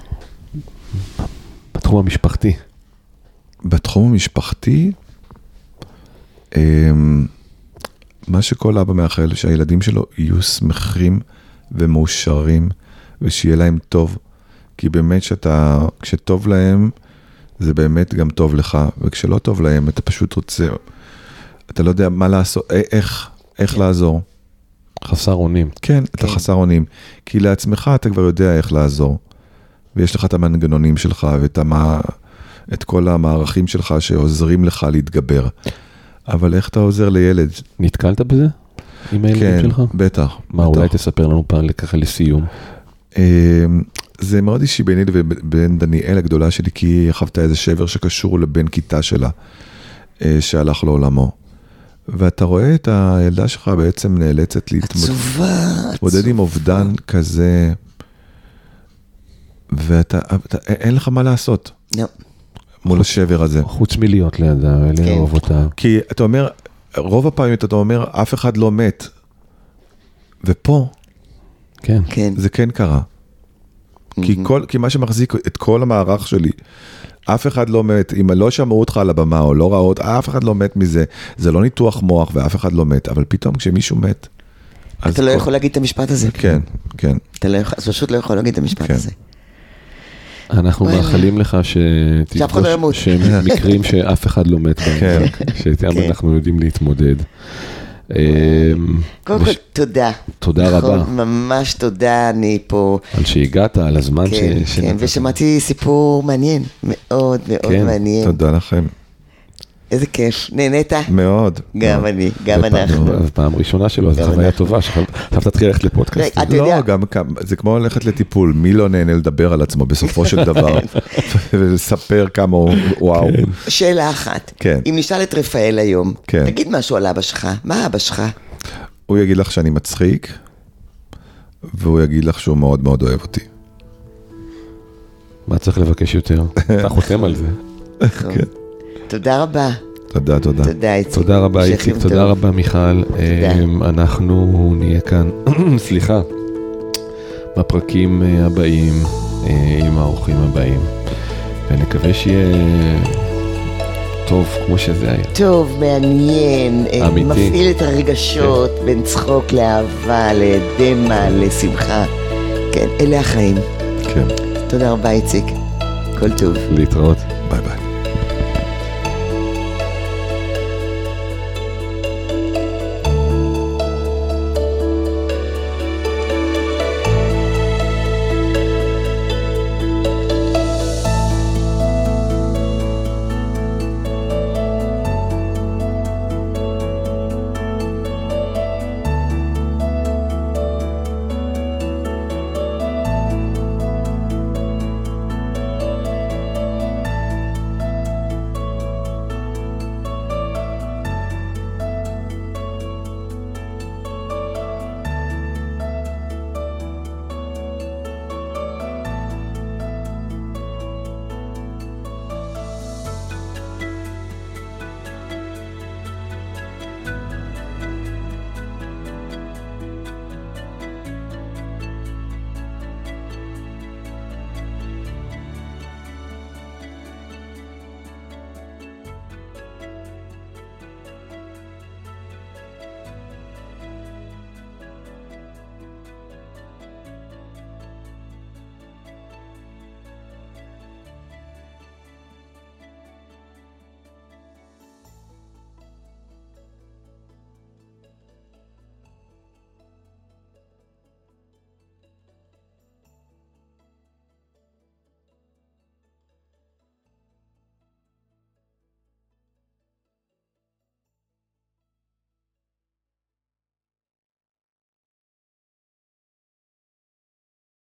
המשפחתי? בתחום המשפחתי, מה שכל אבא מאחל, שהילדים שלו יהיו שמחים ומאושרים, ושיהיה להם טוב, כי באמת כשטוב להם, זה באמת גם טוב לך, וכשלא טוב להם, אתה פשוט רוצה, אתה לא יודע מה לעשות, איך לעזור. חסר אונים. כן, אתה חסר אונים, כי לעצמך אתה כבר יודע איך לעזור, ויש לך את המנגנונים שלך, ואת כל המערכים שלך שעוזרים לך להתגבר. אבל איך אתה עוזר לילד? נתקלת בזה? עם הילדים שלך? כן, בטח. מה, אולי תספר לנו פעם ככה לסיום. זה מאוד אישי ביני ובין דניאל הגדולה שלי, כי היא חוותה איזה שבר שקשור לבן כיתה שלה, שהלך לעולמו. ואתה רואה את הילדה שלך בעצם נאלצת להתמודד עם אובדן כזה, ואין לך מה לעשות מול השבר הזה. חוץ מלהיות לידה, לאהוב אותה. כי אתה אומר, רוב הפעמים אתה אומר, אף אחד לא מת, ופה, זה כן קרה. כי מה שמחזיק את כל המערך שלי, אף אחד לא מת, אם לא שמעו אותך על הבמה או לא ראו, אף אחד לא מת מזה, זה לא ניתוח מוח ואף אחד לא מת, אבל פתאום כשמישהו מת, אתה לא יכול להגיד את המשפט הזה. כן, כן. אתה פשוט לא יכול להגיד את המשפט הזה. אנחנו מאחלים לך שתפגוש מקרים שאף אחד לא מת בהם, שאיתם אנחנו יודעים להתמודד. קודם כל, תודה. תודה רבה. ממש תודה, אני פה. על שהגעת, על הזמן שנתת. ושמעתי סיפור מעניין, מאוד מאוד מעניין. תודה לכם. איזה כיף, נהנית? מאוד. גם אני, גם אנחנו. פעם ראשונה שלו, זו חוויה טובה, עכשיו תתחיל ללכת לפודקאסט. לא, גם זה כמו ללכת לטיפול, מי לא נהנה לדבר על עצמו בסופו של דבר, ולספר כמה הוא וואו. שאלה אחת, אם נשאל את רפאל היום, תגיד משהו על אבא שלך, מה אבא שלך? הוא יגיד לך שאני מצחיק, והוא יגיד לך שהוא מאוד מאוד אוהב אותי. מה צריך לבקש יותר? אתה חותם על זה. כן. תודה רבה. תודה, תודה. תודה, איציק. תודה רבה, איציק. תודה רבה, מיכל. אנחנו נהיה כאן, סליחה, בפרקים הבאים, עם האורחים הבאים. ונקווה שיהיה טוב, כמו שזה היה. טוב, מעניין. אמיתי. מפעיל את הרגשות בין צחוק לאהבה, לדמה, לשמחה. כן, אלה החיים. כן. תודה רבה, איציק. כל טוב. להתראות. ביי ביי.